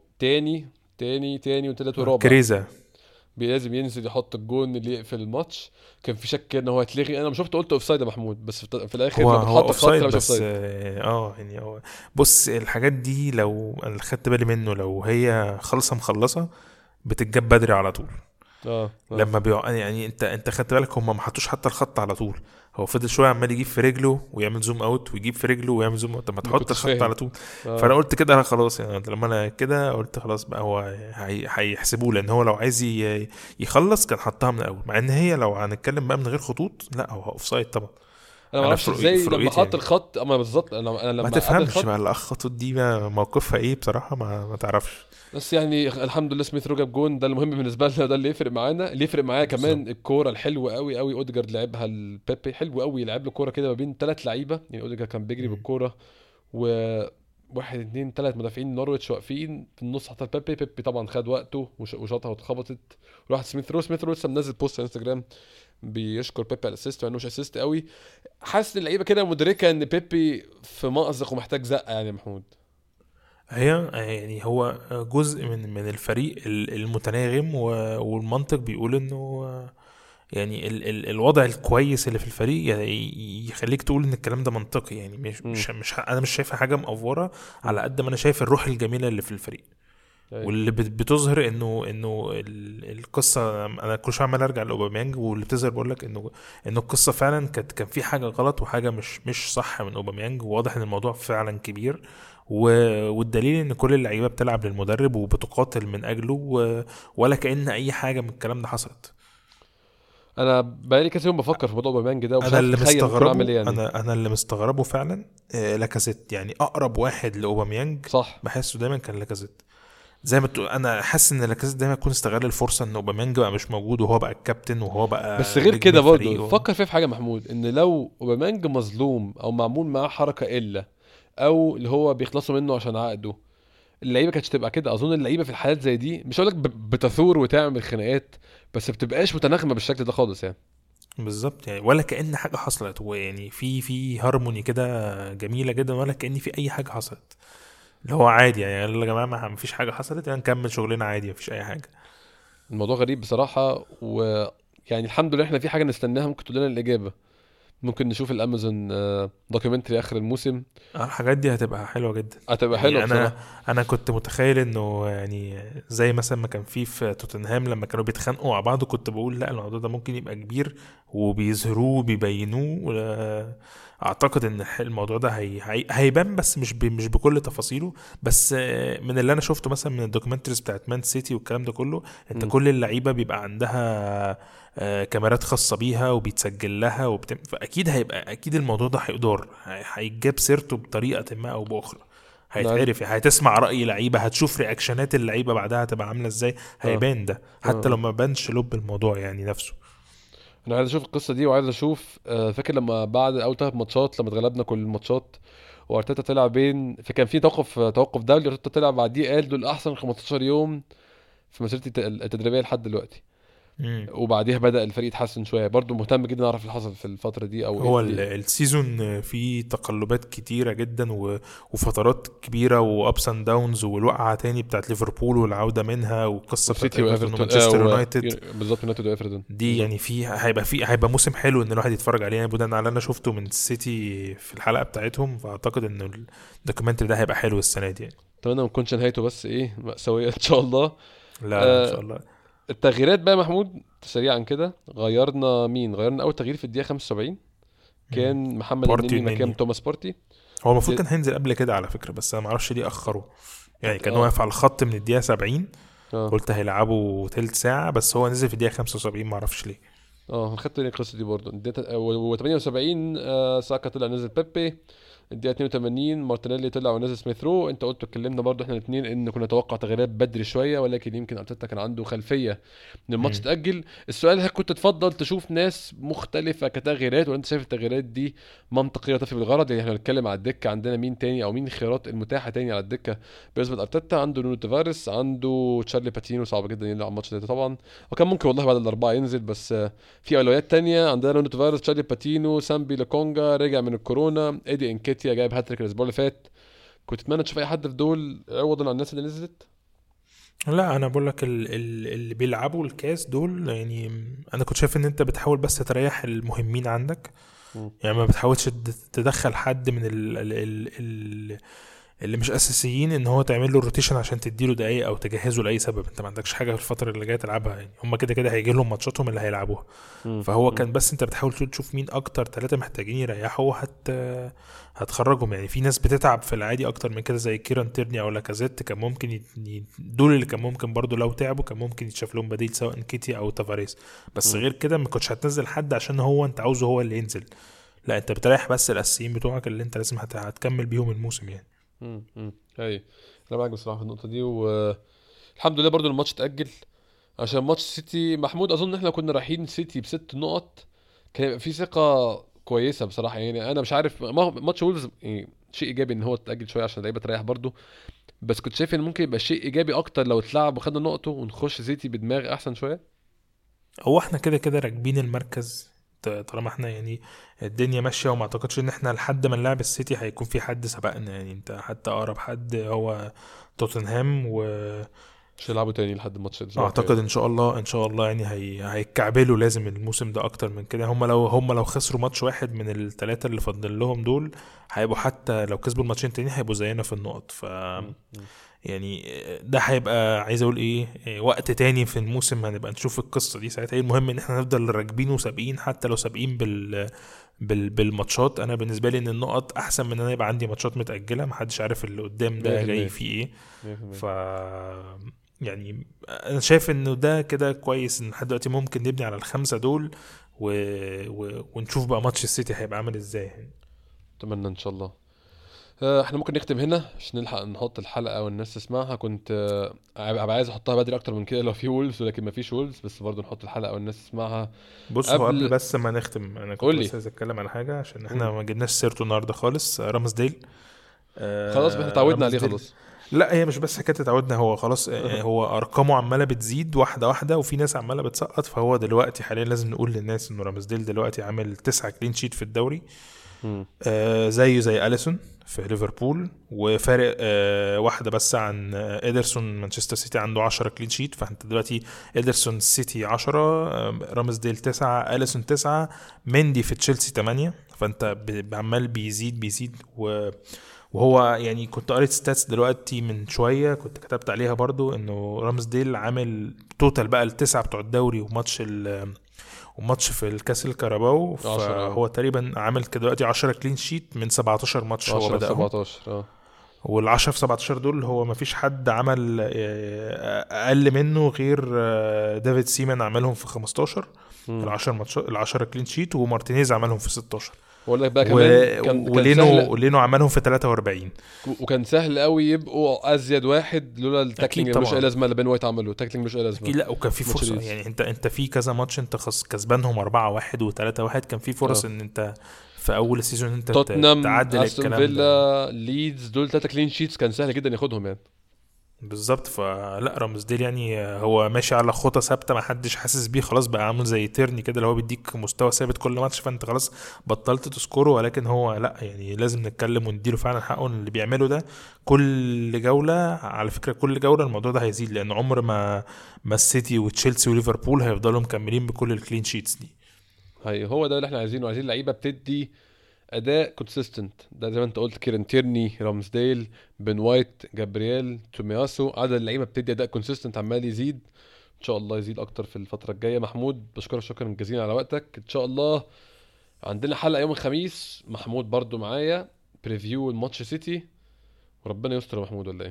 تاني وتالت ورابع، كريزا. لازم ينزل يحط الجون اللي يقفل الماتش. كان في شك ان هو هيتلغي، انا مش شفت قلت اوفسايد يا محمود، بس في الاخر هو لما هو بتحط اوف الخط لا سايد مش بس اوفسايد. يعني هو بص الحاجات دي لو انا خدت بالي منه لو هي خالصه مخلصه بتتجاب بدري على طول. اه لما يعني انت خدت بالك هم ما حطوش حتى الخط على طول، هو فضل شويه عمال يجيب في رجله ويعمل زوم اوت ويجيب في رجله ويعمل زوم اوت، طب ما ما تحط كنتش الخط فاهم. على طول. فانا اه قلت كده انا خلاص يعني، لما انا كده قلت خلاص بقى هو هيحسبوه، لان هو لو عايز يخلص كان حطها من الاول، مع ان هي لو هنتكلم بقى من غير خطوط لا هو اوف سايد طبعا. انا ما انا اعرفش ازاي في لما رؤيتي حط يعني الخط، اما بالظبط انا ما لما قبل تفهمش بقى الخط. الخطوط دي بقى موقفها ايه بصراحه، ما تعرفش. بس يعني الحمد لله سميث رو جاب جون، ده المهم بالنسبه لنا، ده اللي يفرق معانا. اللي يفرق معايا كمان بالظبط. الكوره الحلوه قوي قوي اوديجارد لعبها لبيبي، حلو قوي، لعب له كوره كده ما بين ثلاث لعيبه، يعني اوديجارد كان بيجري مم. بالكوره، و واحد اتنين تلات مدافعين نورويتش واقفين في النص، حتى بيبي طبعا خد وقته وشاطها واتخبطت، وراحت سميث رو لسه منزل بوست على انستجرام بيشكر بيبي على الاسيست، مع انه مش اسيست قوي. حاسس ان اللعيبه كده مدركه ان بيبي في مأزق ومحتاج زقه يعني يا محمود. هي يعني هو جزء من الفريق المتناغم، والمنطق بيقول انه يعني الوضع الكويس اللي في الفريق يخليك تقول ان الكلام ده منطقي، يعني امم انا مش شايفها حاجه مأفورة على قد ما انا شايف الروح الجميله اللي في الفريق، ايوه. واللي بتظهر انه القصه. انا كل شويه عمال ارجع لاوباميانج، واللي بتظهر بقول لك انه القصه فعلا كان في حاجه غلط وحاجه مش صح من اوباميانج، وواضح ان الموضوع فعلا كبير، والدليل ان كل اللعيبه بتلعب للمدرب وبتقاتل من اجله، ولا كأن اي حاجه من الكلام ده حصلت. انا بقالي كذا يوم بفكر في موضوع اوباميانج ده، ومش انا عارف اللي اتخيل ممكن اعمل مستغربه ايه يعني. انا اللي مستغربه فعلا لاكازيت، يعني اقرب واحد لاوباميانج صح. بحسه دايما كان لاكازيت. زي ما تقول انا حاسس ان لاكازيت دايما يكون استغل الفرصه ان اوباميانج بقى مش موجود وهو بقى الكابتن وهو بس بقى غير نجم كده برضه الفريق فكر فيها في حاجه محمود، ان لو اوباميانج مظلوم او معمول معاه حركه الا، او اللي هو بيخلصوا منه عشان عقده، اللعيبه كانتش تبقى كده. اظن اللعيبه في الحالات زي دي مش هقول لك بتثور وتعمل خناقات، بس بتبقاش متناغمه بالشكل ده خالص يعني. بالظبط، يعني ولا كأن حاجه حصلت، هو يعني في هارموني كده جميله جدا، ولا كأن في اي حاجه حصلت، اللي هو عادي يعني يلا يا جماعه ما فيش حاجه حصلت يعني نكمل شغلنا عادي ما فيش اي حاجه. الموضوع غريب بصراحه، ويعني الحمد لله احنا في حاجه نستناها ممكن تقول لنا الاجابه، ممكن نشوف الامازون دوكيومنتري اخر الموسم. الحاجات دي هتبقى حلوة جدا. هتبقى حلوه يعني انا بصراحه. انا كنت متخيل انه يعني زي مثلا ما كان في توتنهام لما كانوا بيتخانقوا مع بعض، كنت بقول لا الموضوع ده ممكن يبقى كبير وبيظهروه وبيبينوه اعتقد ان الموضوع ده هيبان، بس مش بكل تفاصيله. بس من اللي انا شفته مثلا من الدوكيومنتريز بتاعت مان سيتي والكلام ده كله، انت مم. كل اللعيبه بيبقى عندها كاميرات خاصه بيها وبيتسجل لها فاكيد هيبقى اكيد الموضوع ده هيدار، هيجاب سيرته بطريقه ما او باخرى، انا عايز هيتعرف، يعني هتسمع رأي لعيبة، هتشوف رياكشنات اللعيبة بعدها هتبقى عاملة ازاي، اه هيبان ده اه حتى لو اه ما بانش لب الموضوع يعني نفسه. انا عايز اشوف القصه دي، وعايز اشوف فاكر لما بعد اول 3 ماتشات لما اتغلبنا كل الماتشات وارتيتا طلع بين، فكان في توقف دولي، ارتيتا طلع بعديه قال دول احسن 15 يوم في مسيرتي التدريبيه لحد دلوقتي. مم. وبعديها بدأ الفريق يتحسن شويه. برضو مهتم جدا اعرف اللي حصل في الفتره دي او ايه هو اللي. السيزون فيه تقلبات كتيرة جدا وفترات كبيرة وابس اند داونز، والوقعة تاني بتاعت ليفربول والعودة منها، والقصة بتاعت وسيتي ايفرتون وايفرتون ومانشستر يونايتد. بالظبط يونايتد وايفرتون دي بالظبط. يعني هيبقى موسم حلو ان الواحد يتفرج عليه، يعني بناء على اللي انا شفته من السيتي في الحلقة بتاعتهم، فاعتقد ان الدوكيومنتري ده هيبقى حلو السنة دي يعني. اتمنى ما تكونش نهايته بس ايه مأساوية ان شاء الله. لا لا ان شاء آه الله. التغييرات بقى يا محمود سريعا كده، غيرنا مين؟ غيرنا اول تغيير في الدقيقة 75 مم. كان محمد بارتي النني مكان ونني. توماس بارتي. هو المفروض الدقيقة كان هينزل قبل كده على فكرة، بس انا معرفش ليه اخره، يعني كان اه واقف على الخط من الدقيقة 70، اه قلت هيلعبوا تلت ساعة، بس هو نزل في الدقيقة 75 معرفش ليه. اه خدت بالي القصة دي برضه. الدقيقة 78 ساكا طلع نزل بيبي. الدقيقة 82 مارتينيلي طلع ونزل سميث رو. انت قلت اتكلمنا برضو احنا الاثنين ان كنا نتوقع تغييرات بدري شوية، ولكن يمكن ارتيتا كان عنده خلفية ان الماتش مم. اتأجل. السؤال هل كنت تفضل تشوف ناس مختلفة كتغييرات، ولا انت شايف التغييرات دي منطقية وتفي بالغرض؟ يعني احنا بنتكلم على الدكة، عندنا مين تاني او مين الخيارات المتاحة تاني على الدكة بالنسبة لارتيتا؟ عنده نونو تيفاريس، عنده تشارلي باتينو، صعب جدا يلعب الماتش ده طبعا، وكان ممكن والله بعد الأربعة ينزل، بس في اولويات تانية. عندنا نونو تيفاريس، تشارلي باتينو، سامبي لوكونجا رجع من الكورونا، ايدي انكيتيا جايب هاتريك الاسبوع اللي فات. كنت اتمنى تشوف اي حد في دول عوضا عن الناس اللي نزلت. لا انا بقول لك اللي بيلعبوا الكاس دول، يعني انا كنت شايف ان انت بتحاول بس تريح المهمين عندك، مم. يعني ما بتحاولش تدخل حد من اللي مش اساسيين ان هو تعمل له روتيشن عشان تديله دقايق او تجهزه لاي سبب، انت ما عندكش حاجه في الفتره اللي جايه تلعبها، يعني هم كده كده هيجي لهم ماتشاتهم اللي هيلعبوها. مم. فهو مم. كان بس انت بتحاول تشوف مين اكتر ثلاثه محتاجين يريحوا هتخرجهم، يعني في ناس بتتعب في العادي اكتر من كده زي كيران تيرني او لاكازيت، كان ممكن دول اللي كان ممكن برضو لو تعبوا كان ممكن يتشاف لهم بديل سواء كيتي او تافاريس، بس مم. غير كده ما كنتش هتنزل حد عشان هو انت عاوزه هو اللي ينزل، لا انت بتريح بس الاساسيين بتوعك اللي انت لازم هتكمل بيهم الموسم يعني. مم. اي انا معاك بصراحه في النقطه دي، والحمد لله برضو الماتش اتاجل عشان ماتش سيتي. محمود اظن احنا كنا رايحين سيتي ب6 نقط، كان يبقى في ثقه كويسه بصراحه. يعني انا مش عارف ماتش وولفز يعني شيء ايجابي ان هو اتاجل شويه عشان اللعيبه تريح برضو، بس كنت شايف ان ممكن يبقى شيء ايجابي اكتر لو اتلعب وخدنا نقطه ونخش سيتي بدماغ احسن شويه. هو احنا كده كده راكبين المركز، طالما احنا يعني الدنيا ماشيه، وما اعتقدش ان احنا لحد ما نلعب السيتي هيكون في حد سبقنا، يعني انت حتى اقرب حد هو توتنهام، مش هيلعبوا تاني لحد الماتش الاسبوع الجاي واعتقد ده. ان شاء الله يعني هيتكعبلوا لازم الموسم ده اكتر من كده، هم لو خسروا ماتش واحد من الثلاثه اللي فاضل لهم دول، هيبقوا حتى لو كسبوا الماتشين تاني هيبقوا زينا في النقط، مم. يعني ده هيبقى عايز اقول إيه وقت تاني في الموسم هنبقى نشوف القصة دي ساعتها ايه. المهم ان احنا نفضل راكبين وسابقين، حتى لو سابقين بالماتشات. انا بالنسبة لي ان النقط احسن من ان انا يبقى عندي ماتشات متأجلة محدش عارف اللي قدام ده جاي 100% فيه ايه. 100%. ف يعني انا شايف انه ده كده كويس ان لحد دلوقتي ممكن نبني على الخمسة دول ونشوف بقى ماتش السيتي هيبقى عامل ازاي يعني. اتمنى ان شاء الله. احنا ممكن نختم هنا عشان نلحق نحط الحلقة والناس تسمعها. كنت ابقى عايز احطها بدري اكتر من كده لو في وولفز، ولكن ما فيش وولفز، بس برضه نحط الحلقة والناس تسمعها بص هو قبل قبل. بس ما نختم انا قول كنت لي. بس عايز اتكلم على حاجة عشان احنا قول. ما جبناش سيرته النهارده خالص، رامز ديل. خلاص احنا اتعودنا رامز عليه ديل، خلاص. لا هي مش بس حكايه اتعودنا، هو خلاص هو ارقامه عماله بتزيد واحده واحده وفي ناس عماله بتسقط، فهو دلوقتي حاليا لازم نقول للناس انه رامز ديل دلوقتي عامل 9 كلين شيت في الدوري، مم. زيه زي اليسون في ليفربول، وفارق واحدة بس عن إيدرسون. مانشستر سيتي عنده 10 كلين شيت، فانت دلوقتي إيدرسون سيتي 10، رامسديل 9، أليسون 9، مندي في تشيلسي 8. فانت عمال بيزيد وهو يعني كنت قريت ستاتس دلوقتي من شوية، كنت كتبت عليها برضو انه رامسديل عامل توتال بقى التسعة بتوع الدوري وماتش في الكاس الكاراباو، فهو تقريبا عامل كده دلوقتي 10 كلين شيت من 17 ماتش هو بدأه. 17 وال10 في 17 دول هو ما فيش حد عمل اقل منه غير ديفيد سيمان عملهم في 15 ال10 ماتش، ال10 كلين شيت، ومارتينيز عملهم في 16. بقول لك بقى كمان ولينو عملهم في 43. وكان سهل قوي يبقوا ازيد واحد لولا التاكلينج مش اي لازمه اللي بين وايت عمله. التاكلينج مش اي لازمه. لا، وكان في فرصه يعني انت في كذا ماتش انت كسبانهم 4-1 و3-1، كان في فرص ان انت في اول السيزون انت تعدل الكلام ده. ليدز دول 3 كلين شيتس كان سهل جدا ياخدهم يعني. بالظبط. فلا رامسديل يعني هو ماشي على خطة ثابته، ما حدش حاسس بيه خلاص، بقى عامل زي تيرني كده اللي هو بيديك مستوى ثابت كل ماتش، فانت خلاص بطلت تسكره. ولكن هو لا يعني لازم نتكلم ونديله فعلا حقه اللي بيعمله ده كل جوله. على فكره كل جوله الموضوع ده هيزيد، لان عمر ما السيتي وتشيلسي وليفربول هيفضلوا مكملين بكل الكلين شيتس دي. هو ده اللي احنا عايزينه. عايزين لعيبه بتدي اداء كونسيستنت. ده زي ما انت قلت كيرن تيرني، رامسديل، بن وايت، جابرييل، تومياسو، عدد اللعيبه بتدي اداء كونسيستنت عمال يزيد. ان شاء الله يزيد اكتر في الفتره الجايه. محمود بشكرك شكرا جزيلا على وقتك. ان شاء الله عندنا حلقه يوم الخميس، محمود برضو معايا، بريفيو الماتش سيتي، وربنا يستر. محمود ولا ايه؟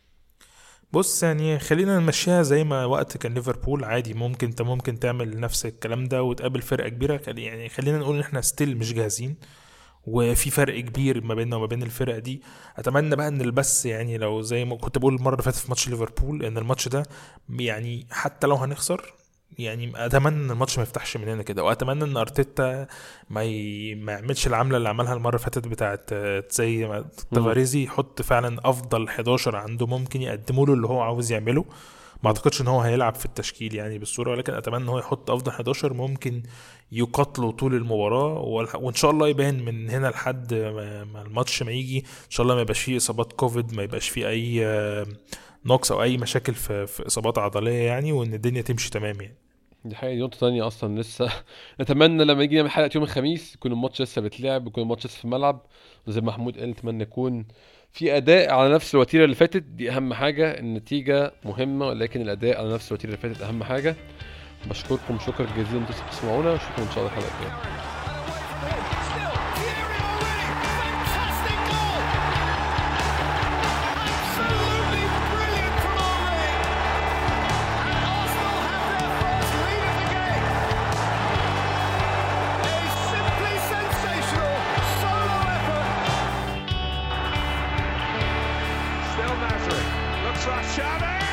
بص يعني خلينا نمشيها زي ما وقت كان ليفربول عادي، ممكن انت ممكن تعمل نفس الكلام ده وتقابل فرقه كبيره. يعني خلينا نقول ان احنا ستيل مش جاهزين، وفي فرق كبير ما بيننا وما بين الفرق دي. اتمنى بقى ان البس يعني لو زي ما كنت بقول المره اللي فاتت في ماتش ليفربول، ان الماتش ده يعني حتى لو هنخسر يعني اتمنى ان الماتش ما يفتحش من هنا كده، واتمنى ان ارتيتا ما يعملش العمله اللي عملها المره اللي فاتت بتاعه زي تافاريزي، يحط فعلا افضل 11 عنده ممكن يقدموا له اللي هو عاوز يعمله. ما اعتقدش ان هو هيلعب في التشكيل يعني بالصوره، ولكن اتمنى ان هو يحط افضل 11 ممكن يقاتلوا طول المباراه، وان شاء الله يبان من هنا لحد ما الماتش ما يجي ان شاء الله ما يبقاش فيه اصابات كوفيد، ما يبقاش فيه اي نقص او اي مشاكل في اصابات عضليه يعني، وان الدنيا تمشي تمام يعني. دي حاجه نقطه ثانيه اصلا لسه. نتمنى لما يجي نعمل حلقه يوم الخميس يكون الماتش لسه بيتلعب، يكون الماتش لسه في الملعب، وزي ما محمود قال نتمنى يكون في اداء على نفس الوتيره اللي فاتت. دي اهم حاجه. النتيجه مهمه ولكن الاداء على نفس الوتيره اللي فاتت اهم حاجه. بشكركم شكرا جزيلا انتم تسمعونا، وشكرا ان شاء الله الحلقه الجايه. Looks like Xavi!